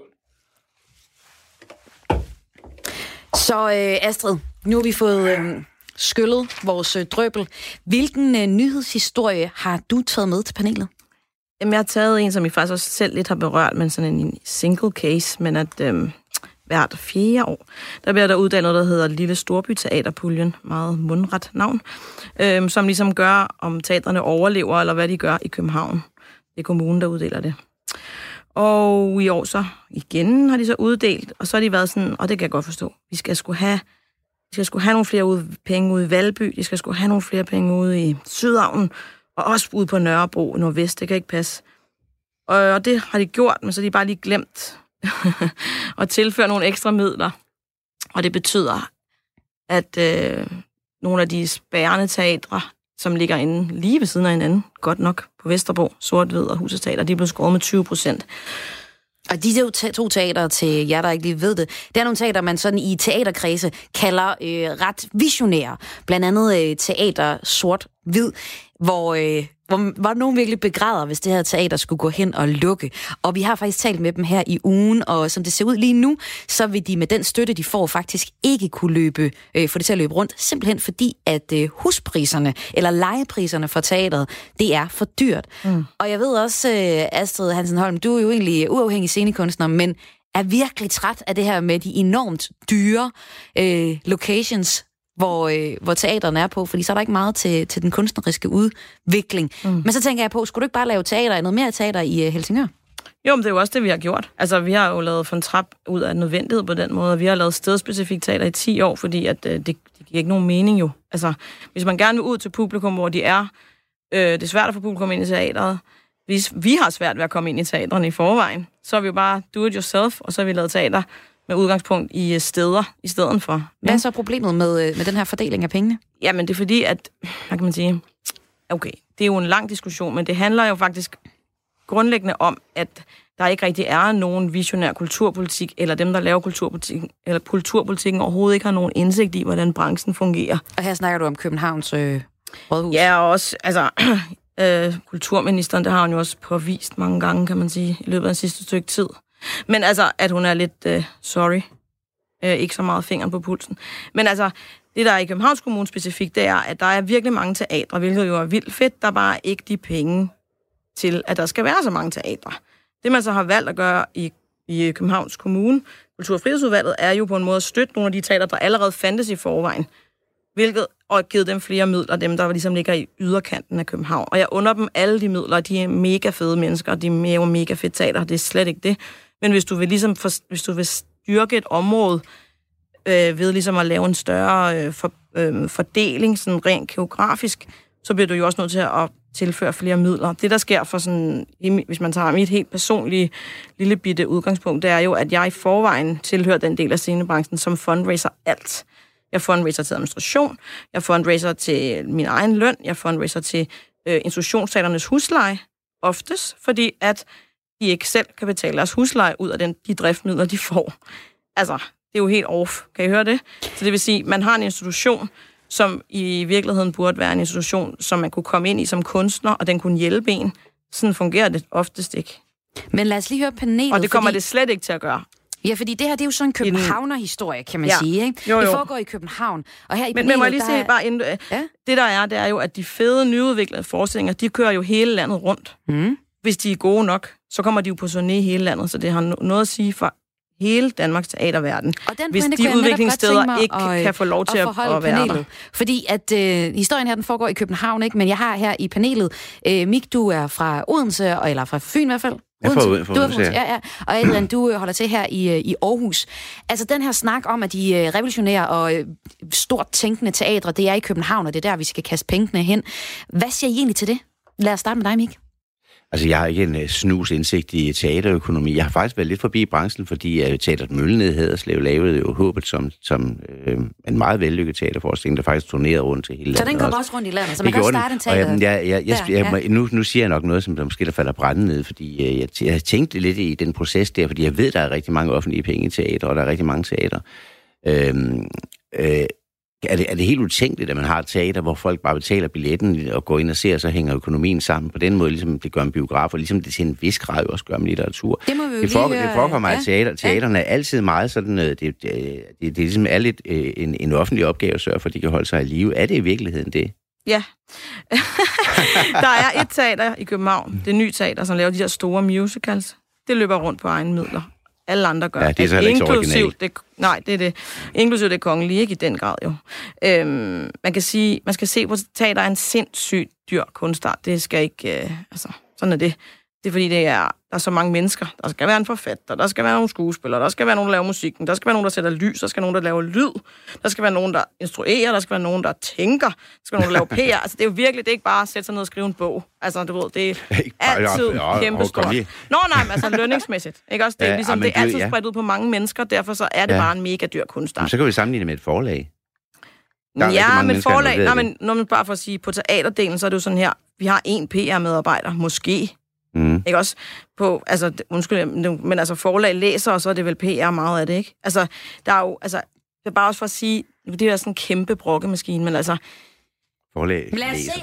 Så Astrid, nu har vi fået skyllet vores drøbel. Hvilken nyhedshistorie har du taget med til panelet? Jamen, jeg har taget en, som I faktisk også selv lidt har berørt, men sådan en single case, men at hvert 4. år, der bliver der uddannet, der hedder Lille Storby Teaterpuljen, meget mundret navn, som ligesom gør, om teaterne overlever, eller hvad de gør i København. Det er kommunen, der uddeler det. Og i år så igen har de så uddelt, og så har de været sådan, og det kan jeg godt forstå, vi skal sgu have nogle flere penge ude i Valby, de skal sgu have nogle flere penge ude i Sydhavnen, og også ude på Nørrebro, Nordvest, det kan ikke passe. Og det har de gjort, men så har de bare lige glemt at tilføre nogle ekstra midler. Og det betyder, at nogle af de spærrende teatre, som ligger inde lige ved siden af hinanden, godt nok på Vesterbro, Sort-Hvid og Husets Teater, de er blevet skåret med 20%. Og de to teater, til jer, der ikke lige ved det, det er nogle teater, man sådan i teaterkredse kalder ret visionære. Blandt andet teater Sort-Hvid, hvor nogen virkelig begræder, hvis det her teater skulle gå hen og lukke. Og vi har faktisk talt med dem her i ugen, og som det ser ud lige nu, så vil de med den støtte, de får, faktisk ikke kunne få det til at løbe rundt, simpelthen fordi, at huspriserne, eller lejepriserne for teateret, det er for dyrt. Og jeg ved også, Astrid Hansen Holm, du er jo egentlig uafhængig scenekunstner, men er virkelig træt af det her med de enormt dyre locations, hvor teaterne er på, fordi så er der ikke meget til den kunstneriske udvikling. Men så tænker jeg på, skulle du ikke bare lave noget mere teater i Helsingør? Jo, men det er jo også det, vi har gjort. Altså, vi har jo lavet Von Trapp ud af nødvendighed på den måde, og vi har lavet stedspecifikt teater i 10 år, fordi at, det giver ikke nogen mening jo. Altså, hvis man gerne vil ud til publikum, hvor de er, det er svært at få publikum ind i teateret. Hvis vi har svært ved at komme ind i teaterne i forvejen, så er vi jo bare do it yourself, og så har vi lavet teater med udgangspunkt i steder i stedet for. Hvad er så problemet med den her fordeling af pengene? Jamen, det er fordi, at, hvad kan man sige, okay, det er jo en lang diskussion, men det handler jo faktisk grundlæggende om, at der ikke rigtig er nogen visionær kulturpolitik, eller dem, der laver kulturpolitikken overhovedet ikke har nogen indsigt i, hvordan branchen fungerer. Og her snakker du om Københavns rådhus. Ja, og også, altså, kulturministeren, det har hun jo også påvist mange gange, kan man sige, i løbet af den sidste stykke tid. Men altså, at hun er lidt ikke så meget fingeren på pulsen. Men altså, det der er i Københavns Kommune specifikt, det er, at der er virkelig mange teatre, hvilket jo er vildt fedt. Der er bare ikke de penge til, at der skal være så mange teatre. Det man så har valgt at gøre i Københavns Kommune, Kultur- og Frihedsudvalget, er jo på en måde at støtte nogle af de teatre, der allerede fandtes i forvejen. Hvilket og givet dem flere midler, dem der ligesom ligger i yderkanten af København. Og jeg under dem alle de midler, de er mega fede mennesker, de er jo mega fedt teater, det er slet ikke det. Men hvis du vil ligesom hvis du vil styrke et område ved ligesom at lave en større fordeling, sådan rent geografisk, så bliver du jo også nødt til at tilføre flere midler. Det, der sker for sådan, hvis man tager mit helt personlige lille bitte udgangspunkt, det er jo, at jeg i forvejen tilhører den del af scenebranchen, som fundraiser alt. Jeg fundraiser til administration, jeg fundraiser til min egen løn, jeg fundraiser til institutionsteaternes husleje, oftest, fordi at de ikke selv kan betale deres husleje ud af de driftmidler, de får. Altså, det er jo helt off. Kan I høre det? Så det vil sige, man har en institution, som i virkeligheden burde være en institution, som man kunne komme ind i som kunstner, og den kunne hjælpe en. Sådan fungerer det oftest ikke. Men lad os lige høre panelet. Og det kommer det slet ikke til at gøre. Ja, fordi det her, det er jo sådan en københavner-historie, kan man sige, ikke? Jo. Det foregår i København. Og her i panelet, men må jeg lige sige bare inden... Ja? Det er jo, at de fede, nyudviklede forestillinger, de kører jo hele landet rundt. Mm. Hvis de er gode nok, så kommer de jo på turné i hele landet, så det har noget at sige for hele Danmarks teaterverden. Hvis de udviklingssteder ikke kan få lov til at være panelet. Der. Fordi at historien her, den foregår i København, ikke? Men jeg har her i panelet, Mik, du er fra Odense, eller fra Fyn i hvert fald. Jeg er fra Odense, ja. Og Adrian, du holder til her i Aarhus. Altså den her snak om, at de revolutionære og stort tænkende teatre, det er i København, og det er der, vi skal kaste pengene hen. Hvad siger I egentlig til det? Lad os starte med dig, Mik. Altså, jeg har ikke en snus indsigt i teaterøkonomi. Jeg har faktisk været lidt forbi branchen, fordi Teatret Møllened Haderslev lavede jo Håbet som en meget vellykket teaterforestilling, der faktisk turnerede rundt til hele landet. Så den går også rundt i landet, så man kan også starte en teater. Nu siger jeg nok noget, som der måske der falder brænde ned, fordi jeg har tænkt lidt i den proces der, fordi jeg ved, der er rigtig mange offentlige penge i teater, og der er rigtig mange teater. Er det helt utænkeligt, at man har et teater, hvor folk bare betaler billetten og går ind og ser, så hænger økonomien sammen på den måde, ligesom det gør en biograf, og ligesom det til en vis grad også gør med litteratur. Det må vi jo det forekommer, at teaterne er altid meget sådan, det ligesom er lidt en offentlig opgave at sørge for, at de kan holde sig i live. Er det i virkeligheden det? Ja. Der er et teater i København, det nye teater, som laver de der store musicals. Det løber rundt på egne midler. Alle andre gør. Ja, det er så ikke så originalt. Nej, det er det. Inklusive det kongelige, ikke i den grad jo. Man skal se på teater er en sindssygt dyr kunstart. Det skal ikke... sådan er det. Det er fordi, der er så mange mennesker. Der skal være en forfatter, der skal være nogle skuespillere, der skal være nogen, der laver musikken, der skal være nogen, der sætter lys, der skal være nogen, der laver lyd, der skal være nogen, der instruerer, der skal være nogen, der tænker, der skal være nogen, der laver PR. Altså, det er jo virkelig, det er ikke bare at sætte sig ned og skrive en bog. Altså, du ved, det er altid kæmpestort. Nej, men altså lønningsmæssigt. Ikke også? Det er ligesom, det er altid spredt ud på mange mennesker, derfor så er det bare en mega dyr kunstart. Så kan vi sammenligne med et forlag. Men forlag, når man bare for at sige, på teaterdelen, så er det jo sådan her, vi har en PR-medarbejder, måske. Ikke også på, altså, undskyld, men altså forlag læser, og så er det vel PR meget af det, ikke? Altså, der er jo, altså, det er bare også for at sige, det er sådan en kæmpe brokkemaskine, men altså, forlag. Lad os se, det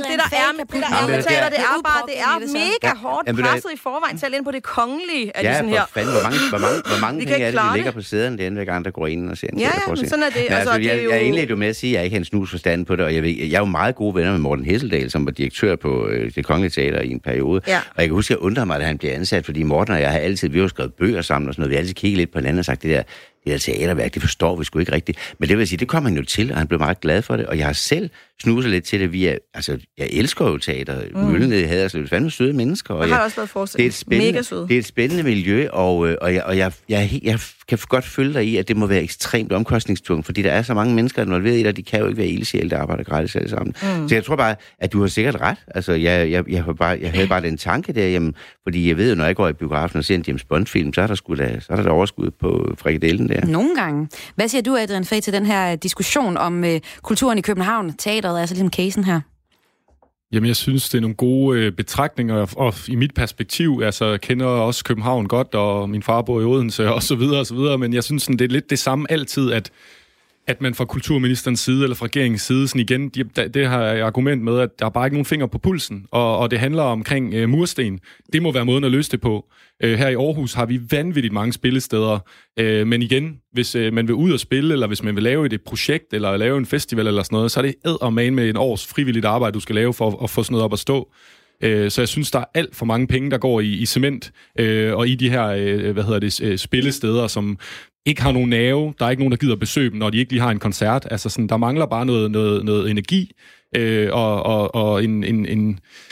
er mega hårdt presset i forvejen, selv ind på det kongelige, er det sådan her. Ja, hvor mange penge er det, de ligger på sæderne, den hver gang, der går ind og ser en teaterforestilling. Men sådan er det. Altså, jeg indledte jo med at sige, at jeg ikke har en snus forstand på det, og jeg er jo meget gode venner med Morten Hesseldal, som var direktør på Det Kongelige Teater i en periode. Ja. Og jeg kan huske, at jeg undrede mig, da han blev ansat, fordi Morten og jeg har altid, vi har skrevet bøger sammen og sådan noget, vi har altid kigget lidt på hinanden og sagt, det der teaterværk, det forstår vi sgu ikke rigtigt. Men det vil sige, det kom han jo til, og han blev meget glad for det. Og jeg har selv snuset lidt til det jeg elsker jo teater. Møllened Haderslev, det er fandme søde mennesker. Og jeg har også været forestillet. Mega søde. Det er et spændende miljø, og jeg kan godt følge dig i, at det må være ekstremt omkostningstungt, fordi der er så mange mennesker involveret i det, og de kan jo ikke være ildsjæle, der arbejder gratis alle sammen. Så jeg tror bare, at du har sikkert ret. Altså, jeg havde bare den tanke der, jamen, fordi jeg ved jo, når jeg går i biografen og ser en James Bond-film, så er der overskud på frikadellen der. Nogle gange. Hvad siger du, Adrian Fay, til den her diskussion om kulturen i København? Teateret er altså ligesom casen her. Jamen, jeg synes, det er nogle gode betragtninger, og i mit perspektiv, altså, kender også København godt, og min far bor i Odense, og så videre, men jeg synes, sådan, det er lidt det samme altid, at man fra kulturministerens side, eller fra regeringens side, sådan igen, det har jeg argument med, at der er bare ikke nogen finger på pulsen, og det handler omkring mursten. Det må være måden at løse det på. Her i Aarhus har vi vanvittigt mange spillesteder, men igen, hvis man vil ud og spille, eller hvis man vil lave et projekt, eller lave en festival eller sådan noget, så er det eddermane med en års frivilligt arbejde, du skal lave for at få sådan noget op at stå. Så jeg synes, der er alt for mange penge, der går i cement, og i de her, spillesteder, som ikke har nogen nerve. Der er ikke nogen, der gider besøge dem, når de ikke lige har en koncert. Altså sådan, der mangler bare noget energi, og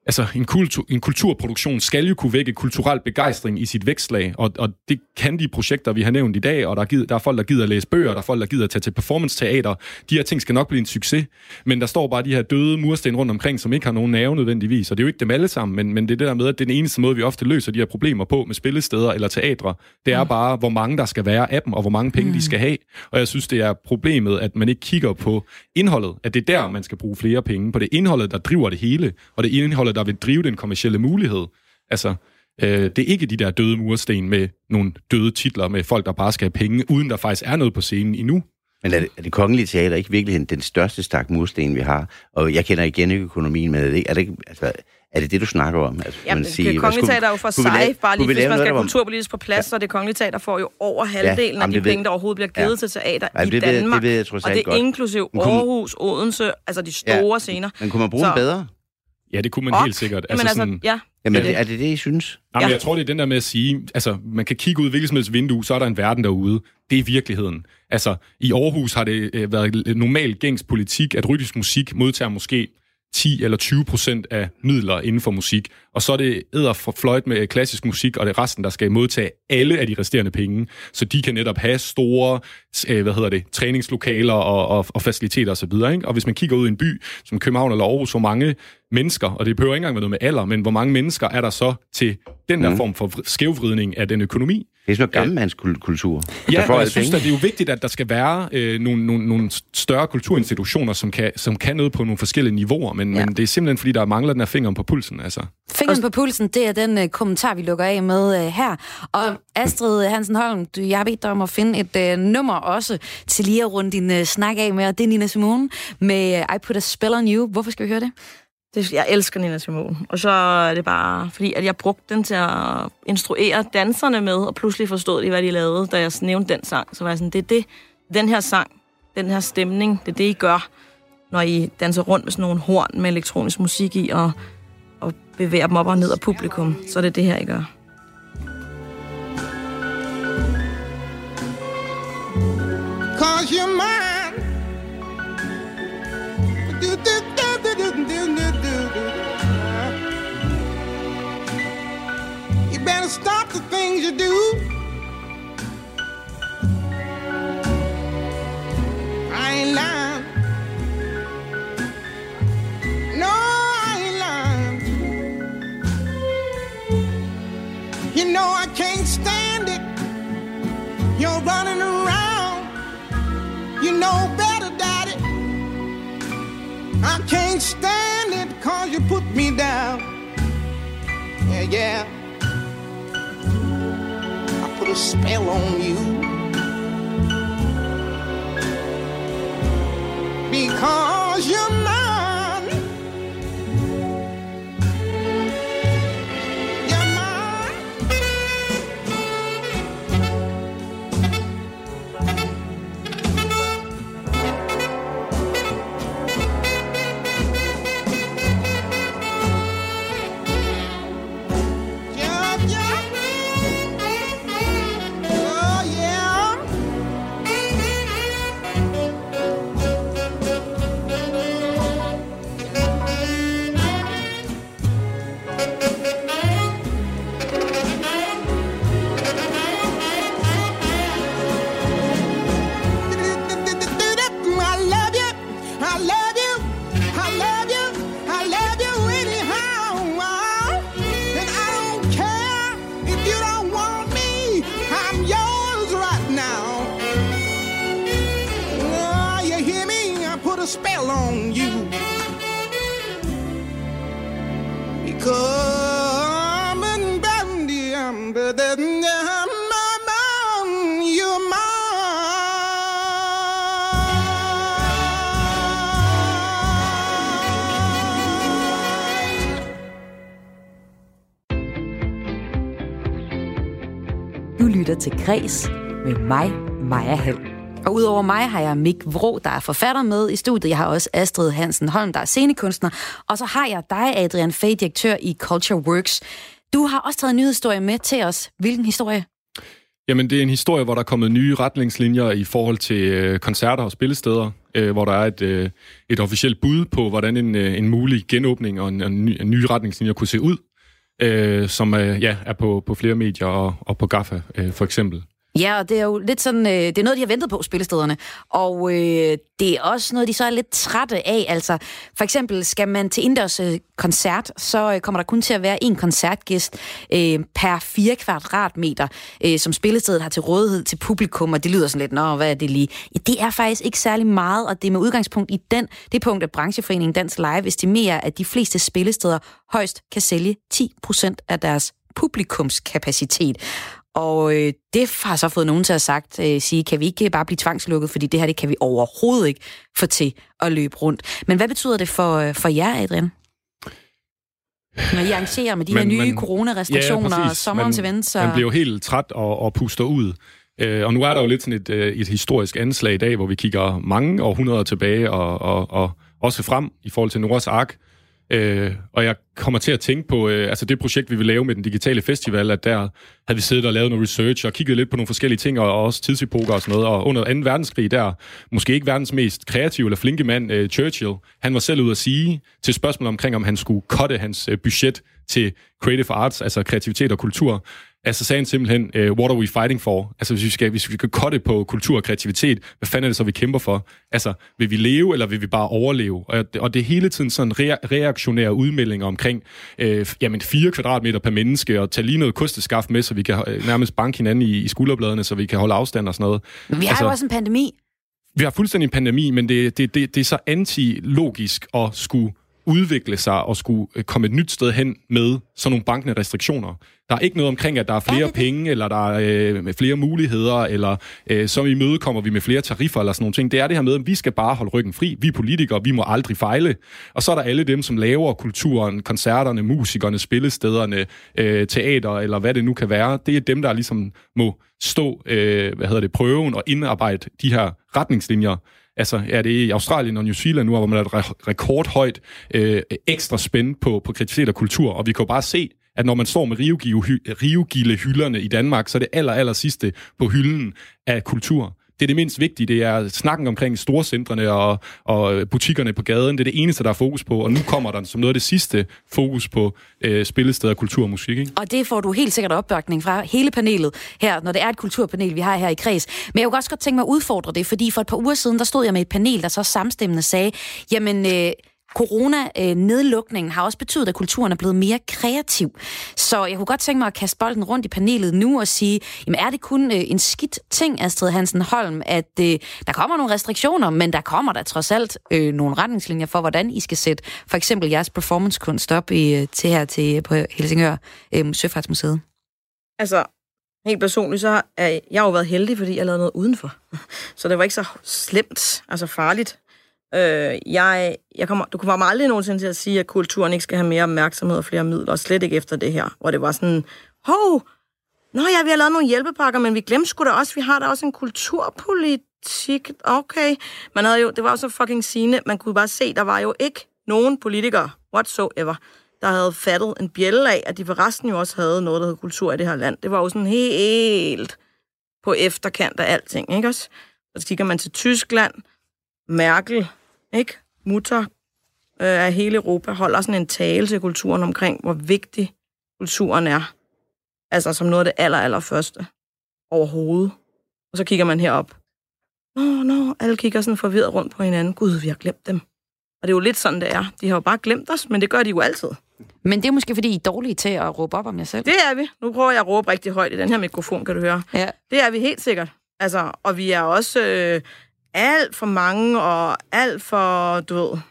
Altså, en kulturproduktion skal jo kunne vække kulturel begejstring i sit vækstlag, og det kan de projekter, vi har nævnt i dag, og der er folk, der gider at læse bøger, der er folk, der gider at tage til performance-teater. De her ting skal nok blive en succes, men der står bare de her døde mursten rundt omkring, som ikke har nogen nerve nødvendigvis, og det er jo ikke dem alle sammen, men det er det der med, at det er den eneste måde, vi ofte løser de her problemer på med spillesteder eller teatre. Det er bare, hvor mange der skal være af dem, og hvor mange penge de skal have, og jeg synes, det er problemet, at man ikke kigger på indholdet, at det er der, man skal bruge flere penge, på det indholdet, der driver det hele, og det indholdet, der vil drive den kommercielle mulighed. Altså, det er ikke de der døde mursten med nogle døde titler med folk, der bare skal have penge, uden der faktisk er noget på scenen endnu. Men er det Kongelige Teater ikke virkelig den største stak mursten, vi har? Og jeg kender igen økonomien, men er det du snakker om? Altså, jamen, det Kongelige Teater er jo for sig, bare lige hvis man skal kulturpolitisk på plads, så det Kongelige Teater får jo over halvdelen af de penge, der overhovedet bliver givet til teater i Danmark. Det ved jeg trods alt og det er godt. inklusiv Aarhus, Odense, altså de store scener. Men kunne man bruge dem bedre? Ja, det kunne man helt sikkert. Jamen, er det, I synes? Jamen, jeg tror, det er den der med at sige, altså, man kan kigge ud hvilket som helst vindue, så er der en verden derude. Det er virkeligheden. Altså, i Aarhus har det været normal gængs politik, at rytmisk musik modtager måske 10 eller 20% af midler inden for musik, og så er det fløjt med klassisk musik, og det er resten, der skal modtage alle af de resterende penge, så de kan netop have store, træningslokaler og faciliteter osv., ikke? Og hvis man kigger ud i en by som København eller Aarhus, hvor mange mennesker, og det behøver ikke engang være noget med alder, men hvor mange mennesker er der så til den der form for skævvridning af den økonomi? Det er sådan noget gammelmandskultur. Ja, og jeg synes, at det er jo vigtigt, at der skal være nogle større kulturinstitutioner, som kan noget på nogle forskellige niveauer, men det er simpelthen, fordi der mangler den her fingeren på pulsen. Altså. Fingeren på pulsen, det er den kommentar, vi lukker af med her. Og Astrid Hansen Holm, jeg har bedt dig om at finde et nummer også til lige at runde din snak af med, og det er Nina Simone med I Put a Spell on You. Hvorfor skal vi høre det? Jeg elsker Nina Simone, og så er det bare, fordi at jeg brugte den til at instruere danserne med, og pludselig forstod de, hvad de lavede, da jeg nævnte den sang. Så var jeg sådan, det er det, den her sang, den her stemning, det er det, I gør, når I danser rundt med sådan nogle horn med elektronisk musik i, og bevæger dem op og ned af publikum. Så er det det her, I gør. Cause you're mine. You better stop the things you do. I ain't lying. No, I ain't lying. You know I can't stand it. You're running around. You know better, Daddy. I can't stand it 'cause you put me down. Yeah, yeah. I put a spell on you. Because you're mine. You're mine. Spell on you because you're mine. Du lytter til Kres med mig, Maja Hall. Og udover mig har jeg Mik Vrå, der er forfatter med i studiet. Jeg har også Astrid Hansen Holm, der er scenekunstner. Og så har jeg dig, Adrian Fay, direktør i Culture Works. Du har også taget en nyhedshistorie med til os. Hvilken historie? Jamen, det er en historie, hvor der er kommet nye retningslinjer i forhold til koncerter og spillesteder. hvor der er et officielt bud på, hvordan en mulig genåbning og en ny retningslinjer kunne se ud, som er på flere medier og på GAFA for eksempel. Ja, og det er jo lidt sådan, det er noget, de har ventet på, spillestederne. Og det er også noget, de så er lidt trætte af. Altså, for eksempel skal man til indendørs koncert, så kommer der kun til at være en koncertgæst per 4 kvadratmeter, som spillestedet har til rådighed til publikum, og det lyder sådan lidt, hvad er det lige? Ja, det er faktisk ikke særlig meget, og det er med udgangspunkt i det punkt, at brancheforeningen Dansk Live estimerer, at de fleste spillesteder højst kan sælge 10% af deres publikumskapacitet. Og det har så fået nogen til at sige, kan vi ikke bare blive tvangslukket, fordi det her, det kan vi overhovedet ikke få til at løbe rundt. Men hvad betyder det for jer, Adrian? Når I arrangerer med de her nye coronarestriktioner og sommerens events? Man bliver jo helt træt og puster ud. Og nu er der jo lidt sådan et historisk anslag i dag, hvor vi kigger mange århundreder tilbage og også frem i forhold til Noahs ark. Og jeg kommer til at tænke på det projekt, vi vil lave med den digitale festival, at der havde vi siddet og lavet noget research og kigget lidt på nogle forskellige ting, og også tidsepoker og sådan noget. Og under 2. verdenskrig der, måske ikke verdens mest kreative eller flinke mand, Churchill, han var selv ude at sige til spørgsmål omkring, om han skulle cutte hans budget til creative arts, altså kreativitet og kultur. Altså sagde han simpelthen, what are we fighting for? Altså hvis vi kan cutte på kultur og kreativitet, hvad fanden er det så, vi kæmper for? Altså, vil vi leve, eller vil vi bare overleve? Og det er hele tiden sådan reaktionære udmeldinger omkring 4 kvadratmeter per menneske, og tage lige noget kosteskaft med, så vi kan nærmest banke hinanden i skulderbladene, så vi kan holde afstand og sådan noget. Men vi har jo også en pandemi. Vi har fuldstændig en pandemi, men det er så antilogisk at skulle udvikle sig og skulle komme et nyt sted hen med sådan nogle bankende restriktioner. Der er ikke noget omkring, at der er flere penge, eller der er flere muligheder, eller så imødekommer vi med flere tariffer, eller sådan nogle ting. Det er det her med, at vi skal bare holde ryggen fri. Vi er politikere, vi må aldrig fejle. Og så er der alle dem, som laver kulturen, koncerterne, musikerne, spillestederne, teater, eller hvad det nu kan være. Det er dem, der ligesom må stå prøven og indarbejde de her retningslinjer. Altså, er det i Australien og New Zealand nu, hvor man er et rekordhøjt ekstra spænd på kreativitet og kultur, og vi kan jo bare se, at når man står med Riogilde-hylderne i Danmark, så er det aller sidste på hylden af kultur. Det er det mindst vigtige, det er snakken omkring storcentrene og butikkerne på gaden. Det er det eneste, der er fokus på, og nu kommer der som noget af det sidste fokus på spillesteder, kultur og musik. Ikke? Og det får du helt sikkert opbakning fra hele panelet her, når det er et kulturpanel, vi har her i Kreds. Men jeg kunne også godt tænke mig at udfordre det, fordi for et par uger siden, der stod jeg med et panel, der så samstemmende sagde, jamen corona-nedlukningen har også betydet, at kulturen er blevet mere kreativ. Så jeg kunne godt tænke mig at kaste bolden rundt i panelet nu og sige, jamen er det kun en skidt ting, Astrid Hansen Holm, at der kommer nogle restriktioner, men der kommer der trods alt nogle retningslinjer for, hvordan I skal sætte for eksempel jeres performancekunst op på Helsingør Søfartsmuseet? Altså, helt personligt, så er jeg jo været heldig, fordi jeg lavede noget udenfor. Så det var ikke så slemt, altså farligt. Du kommer aldrig nogensinde til at sige, at kulturen ikke skal have mere opmærksomhed og flere midler, og slet ikke efter det her, hvor det var sådan, vi har lavet nogle hjælpepakker, men vi glemte sgu da også, vi har da også en kulturpolitik, okay. Det var jo så fucking sigende, man kunne bare se, der var jo ikke nogen politikere, whatsoever, der havde fattet en bjælle af, at de forresten jo også havde noget, der hed kultur i det her land. Det var jo sådan helt på efterkant af alting, ikke også? Så kigger man til Tyskland, Merkel, ikke? Mutter af hele Europa holder sådan en tale til kulturen omkring, hvor vigtig kulturen er. Altså som noget af det allerførste overhovedet. Og så kigger man herop. Alle kigger sådan forvirret rundt på hinanden. Gud, vi har glemt dem. Og det er jo lidt sådan, det er. De har jo bare glemt os, men det gør de jo altid. Men det er måske, fordi I er dårlige til at råbe op om jer selv? Det er vi. Nu prøver jeg at råbe rigtig højt i den her mikrofon, kan du høre. Ja. Det er vi helt sikkert. Altså, og vi er også alt for mange, og alt for,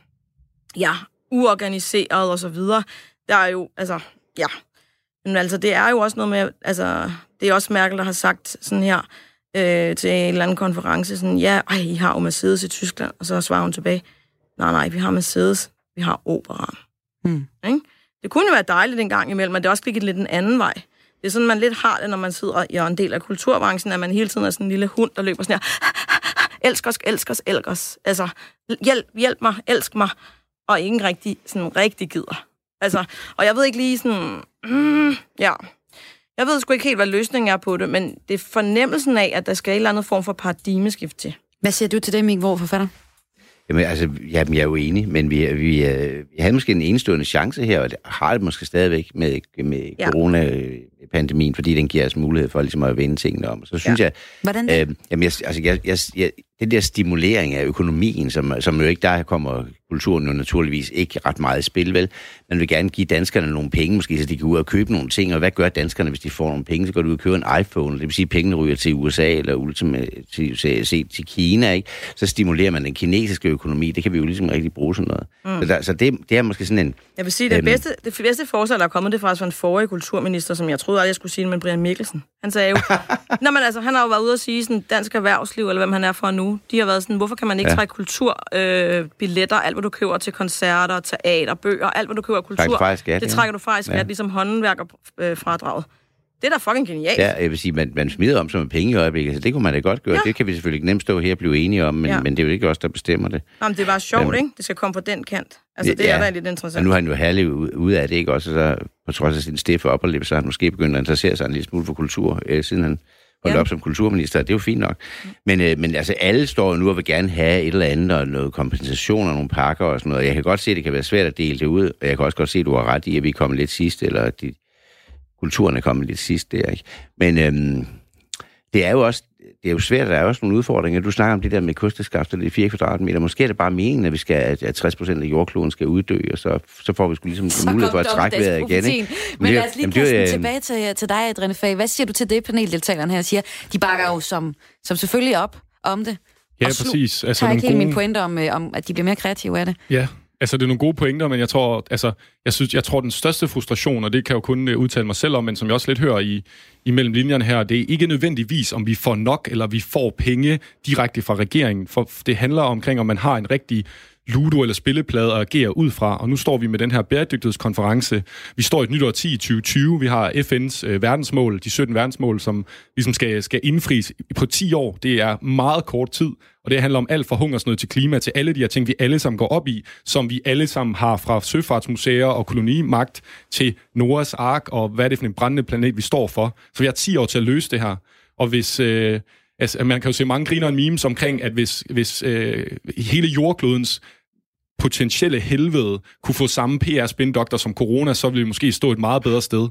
uorganiseret og så videre. Der er jo, Men det er jo også noget med, det er også Merkel, der har sagt sådan her, til en eller anden konference, sådan, I har jo Mercedes i Tyskland, og så svarer hun tilbage, nej, vi har Mercedes, vi har Operaen. Ikke? Det kunne jo være dejligt en gang imellem, men det er også lidt en anden vej. Det er sådan, man lidt har det, når man sidder i en del af kulturbranchen, at man hele tiden er sådan en lille hund, der løber sådan her, elsk os. Altså, hjælp mig, elsk mig, og ingen rigtig gider. Altså, og jeg ved ikke lige sådan, jeg ved sgu ikke helt, hvad løsningen er på det, men det er fornemmelsen af, at der skal en eller anden form for paradigmeskift til. Hvad siger du til det, Mik, hvor forfatter? Jamen, jeg er jo enig, men vi havde måske en enestående chance her, og det har det måske stadigvæk med coronapandemien, fordi den giver os mulighed for ligesom at vende tingene om. Så synes jeg... Hvordan det? Den der stimulering af økonomien, som jo ikke, der kommer kulturen jo naturligvis ikke ret meget i spil, vel? Man vil gerne give danskerne nogle penge, måske, så de kan ud og købe nogle ting, og hvad gør danskerne, hvis de får nogle penge? Så går de ud og køber en iPhone, det vil sige, at pengene ryger til USA, eller til Kina, ikke? Så stimulerer man den kinesiske økonomi, det kan vi jo ligesom rigtig bruge sådan noget. Så det er måske sådan en... Jeg vil sige, det bedste forslag, der er kommet, det faktisk var en forrige kulturminister, som jeg troede aldrig, jeg skulle sige, men Brian Mikkelsen. Han sagde jo... han har jo været ude at sige, sådan, dansk erhvervsliv, eller hvem han er for nu, de har været sådan, hvorfor kan man ikke trække kulturbilletter, alt hvad du køber til koncerter, teater, bøger, alt hvad du køber kultur, det trækker du fra i skat, ligesom håndværkerfradraget. Det er da fucking genialt. Ja, jeg vil sige, man smider om som en penge i øjeblikket, så det kunne man da godt gøre. Ja. Det kan vi selvfølgelig nemt stå her og blive enige om, men det er jo ikke os, der bestemmer det. Nå, men det er bare sjovt, ikke? Det skal komme på den kant. Altså, det er da lidt interessant. Og nu har han jo herligt ud af det, ikke? Også så på trods af sin stiffe opperlip, så har han måske begyndt at interessere sig en lille smule for kultur, siden han holdt op som kulturminister. Det er jo fint nok. Men altså, alle står nu og vil gerne have et eller andet, og noget kompensation og nogle pakker og sådan noget. Jeg kan godt se, at det kan være svært at dele det ud, og jeg kan også godt se, at du har ret i, at vi er kommet lidt sidst, eller kulturen er kommet lidt sidst der, ikke? Men det er jo svært, der er også nogle udfordringer. Du snakker om det der med kosteskafter, det er 4 kvadratmeter. Måske er det bare meningen, at 60% af jordkloden skal uddø, og så får vi sgu ligesom mulighed for at trække vejret igen, ikke? Men lad os lige kaste tilbage til dig, Adrienne Fag. Hvad siger du til det, paneldeltageren her siger? De bakker jo som selvfølgelig op om det. Ja, præcis. Altså, har ikke helt mine pointer om, at de bliver mere kreative af det. Ja. Altså, det er nogle gode pointer, men jeg tror, den største frustration, og det kan jeg jo kun udtale mig selv om, men som jeg også lidt hører imellem linjerne her, det er ikke nødvendigvis, om vi får nok, eller vi får penge direkte fra regeringen, for det handler omkring, om man har en rigtig ludo eller spilleplade at agere ud fra, og nu står vi med den her bæredygtighedskonference. Vi står i et nyt årti i 2020. Vi har FN's verdensmål, de 17 verdensmål, som ligesom skal indfries på 10 år. Det er meget kort tid, og det handler om alt fra hungersnød til klima, til alle de her ting, vi alle sammen går op i, som vi alle sammen har fra søfartsmuseer og kolonimagt til Noahs ark, og hvad er det for en brændende planet, vi står for. Så vi har 10 år til at løse det her. Og hvis... man kan jo se mange griner og memes omkring, at hvis hele jordklodens potentielle helvede kunne få samme PR-spindoktor som corona, så ville vi måske stå et meget bedre sted.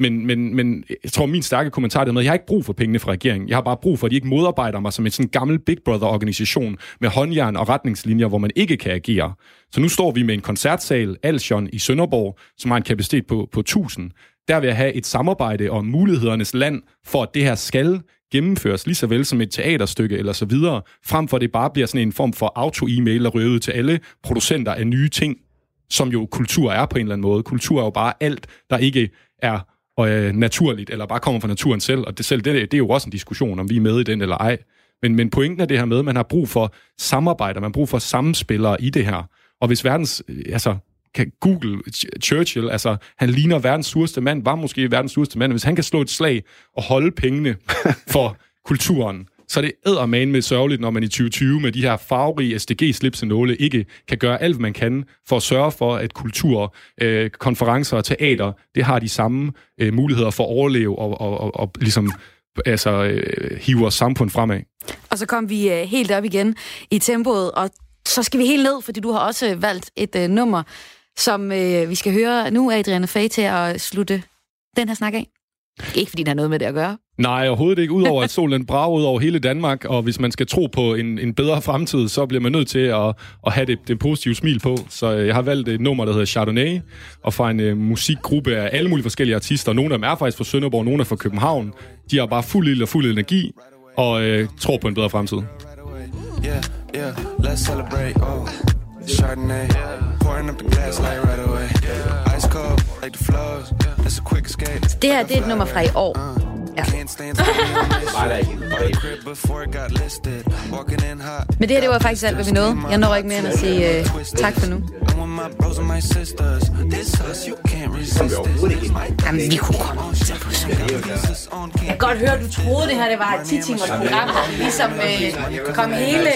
Men jeg tror, min stærke kommentar er med, at jeg har ikke brug for pengene fra regeringen. Jeg har bare brug for, at de ikke modarbejder mig som en sådan gammel Big Brother-organisation med håndjern og retningslinjer, hvor man ikke kan agere. Så nu står vi med en koncertsal, Alsion i Sønderborg, som har en kapacitet på 1000. Der vil jeg have et samarbejde om mulighedernes land, for at det her skal gennemføres, lige så vel som et teaterstykke eller så videre, frem for det bare bliver sådan en form for auto-e-mail, der ryger ud til alle producenter af nye ting, som jo kultur er på en eller anden måde. Kultur er jo bare alt, der ikke er naturligt, eller bare kommer fra naturen selv, og det er jo også en diskussion, om vi er med i den eller ej. Men pointen er det her med, at man har brug for samarbejder, man har brug for samspillere i det her. Og hvis kan Google Churchill, han ligner verdens sureste mand, var måske verdens sureste mand, hvis han kan slå et slag og holde pengene for kulturen, så er det eddermane med sørgeligt, når man i 2020 med de her farverige SDG-slipsenåle ikke kan gøre alt, man kan for at sørge for, at kultur, konferencer og teater, det har de samme muligheder for at overleve og ligesom hive os samfund fremad. Og så kom vi helt op igen i tempoet, og så skal vi helt ned, fordi du har også valgt et nummer, som vi skal høre nu, Adrienne Fag, til at slutte den her snak af. Ikke fordi der er noget med det at gøre. Nej, overhovedet ikke. Udover at solen brager ud over hele Danmark, og hvis man skal tro på en bedre fremtid, så bliver man nødt til at have det positive smil på. Så jeg har valgt et nummer, der hedder Chardonnay, og fra en musikgruppe af alle mulige forskellige artister. Nogle af dem er faktisk fra Sønderborg, nogle er fra København. De har bare fuld ild og fuld energi, og tror på en bedre fremtid. Yeah, let's celebrate. Oh, Chardonnay, pouring up the gas light right away. Ice cold like the flows. That's a quick escape. Det her, det er et nummer fra i år. Ja. Men det her, det var faktisk alt, hvad vi nåede. Jeg når ikke mere end at sige tak for nu. Jamen, vi kunne jeg kan godt høre, du troede, det her det var et 10-timers program, ligesom kom hele...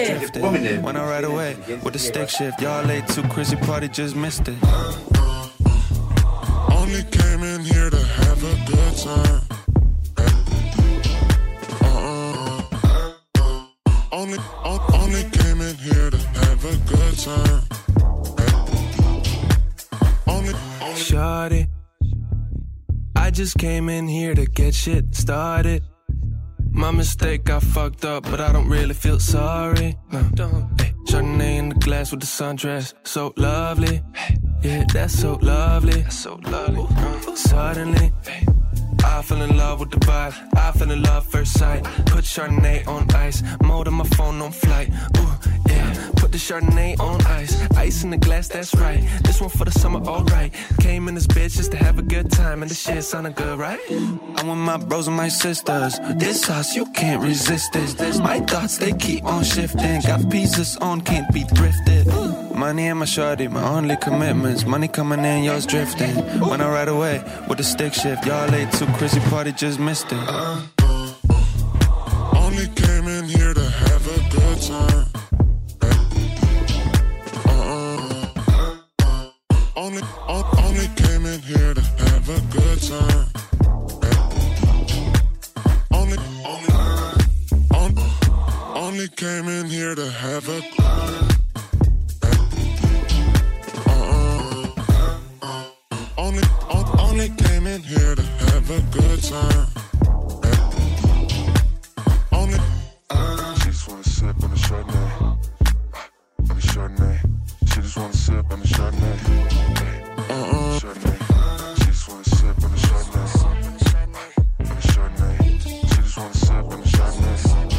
Only came in here to have a good time. Only came in here to have a good just came in here to get shit started. My mistake, I fucked up, but I don't really feel sorry. No, hey, Chardonnay in the glass with the sundress, so lovely. Yeah, that's so lovely. That's so lovely. Suddenly, I fell in love with the vibe. I fell in love first sight. Put Chardonnay on ice. Mode on my phone on flight. Ooh, yeah. Put the Chardonnay on ice. Ice in the glass, that's right. This one for the summer, alright. Came in this bitch just to have a good time, and the shit sounded good, right? I'm with my bros and my sisters. This sauce, you can't resist this. My thoughts, they keep on shifting. Got pieces on, can't be thrifted. Money and my shorty, my only commitments. Money coming in, yours drifting. When I ride away with the stick shift, y'all late too crazy party, just missed it. Only came in here to have a good time. Only came in here to have a good time. Only came in here to have a Only came in here to have a good time. She just wanna sip on the Chardonnay. On the Chardonnay. She just wanna sip on the Chardonnay. Chardonnay. She just wanna sip on the Chardonnay. On the Chardonnay. She just wanna sip on the Chardonnay.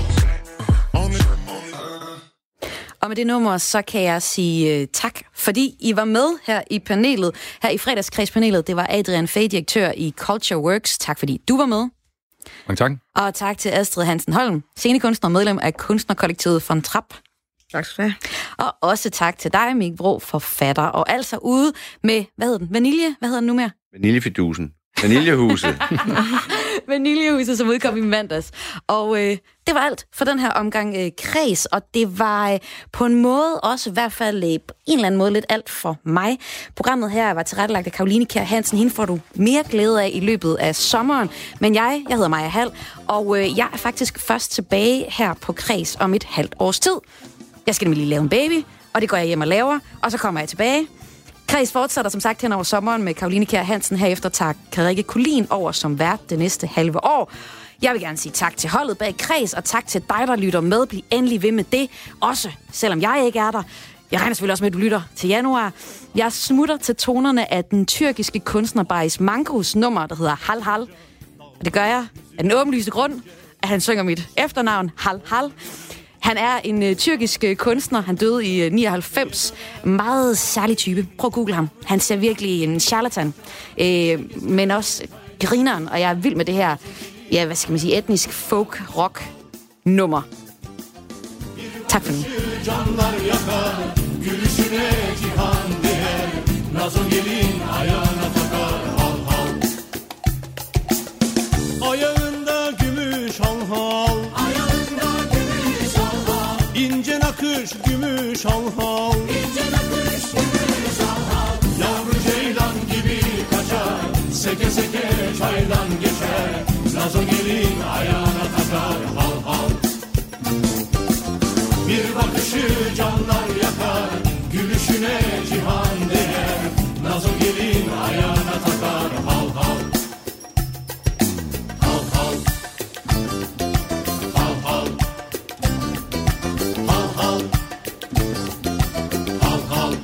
Og med det nummer, så kan jeg sige tak, fordi I var med her i panelet, her i fredagskredspanelet. Det var Adrian Fay, direktør i Culture Works. Tak, fordi du var med. Mange tak. Og tak til Astrid Hansen Holm, scenekunstner og medlem af kunstnerkollektivet Von Trapp. Tak skal du have. Og også tak til dig, Mik Vrå, forfatter, og altså ude med, hvad hedder den? Vanilje? Hvad hedder den nu mere? Vaniljefidusen. Vaniljehuset. Vaniljehuset, som udkom i mandags. Og det var alt for den her omgang kreds, og det var på en måde også i hvert fald på en eller anden måde lidt alt for mig. Programmet her var tilrettelagt af Caroline Kjær Hansen. Hende får du mere glæde af i løbet af sommeren. Men jeg hedder Maja Hall, og jeg er faktisk først tilbage her på kreds om et halvt års tid. Jeg skal nemlig lige lave en baby, og det går jeg hjem og laver, og så kommer jeg tilbage. Kreds fortsætter som sagt hen over sommeren med Caroline Kjær Hansen. Herefter tager Karrikke Kulin over som vært det næste halve år. Jeg vil gerne sige tak til holdet bag Kreds, og tak til dig, der lytter med. Bliv endelig ved med det, også selvom jeg ikke er der. Jeg regner selvfølgelig også med, at du lytter til januar. Jeg smutter til tonerne af den tyrkiske kunstner Barış Manço's nummer, der hedder Hal Hal. Og det gør jeg af den åbenlyse grund, at han synger mit efternavn, Hal Hal. Han er en tyrkisk kunstner. Han døde i 99. Meget særlig type. Prøv at google ham. Han ser virkelig en charlatan. Men også grineren. Og jeg er vild med det her, ja, hvad skal man sige, etnisk folk-rock nummer. Tak for nu. Ayağında gümüş halhal, İnce nakış gümüş halhal, İnce nakış gümüş halhal. Yavru ceylan gibi kaçar, seke seke çaydan geçer. Nazo gelin ayağına takar hal hal. Bir bakışı canlar yakar, gülüşüne cihan değer. Nazo gelin ayağına takar hal hal. Hal hal. Hal hal. Hal hal. Hal hal.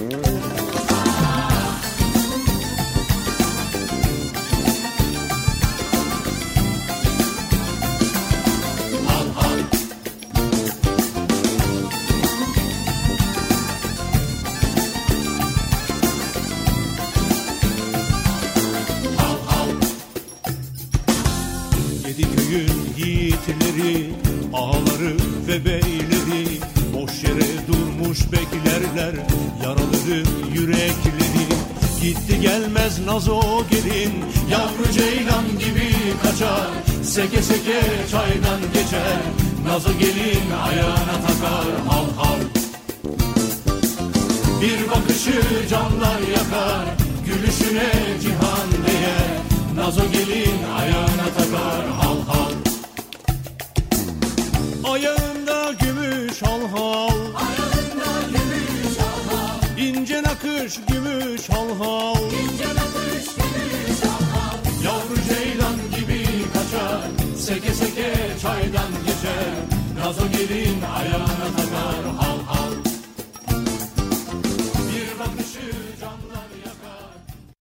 Hal hal. Hal hal. Yedi köyün yiğitleri, ağaları ve beyleri boş yere durmuş beklerler yaraları yürekleri. Gitti gelmez nazo gelin, yavru ceylan gibi kaçar. Seke seke çaydan geçer, nazo gelin ayağına takar hal hal. Bir bakışı canlar yakar, gülüşüne cihan değer. Nazo gelin ayağına takar hal hal. Ayağında gümüş halhal, ayağında gümüş halhal, İnce nakış gümüş halhal, İnce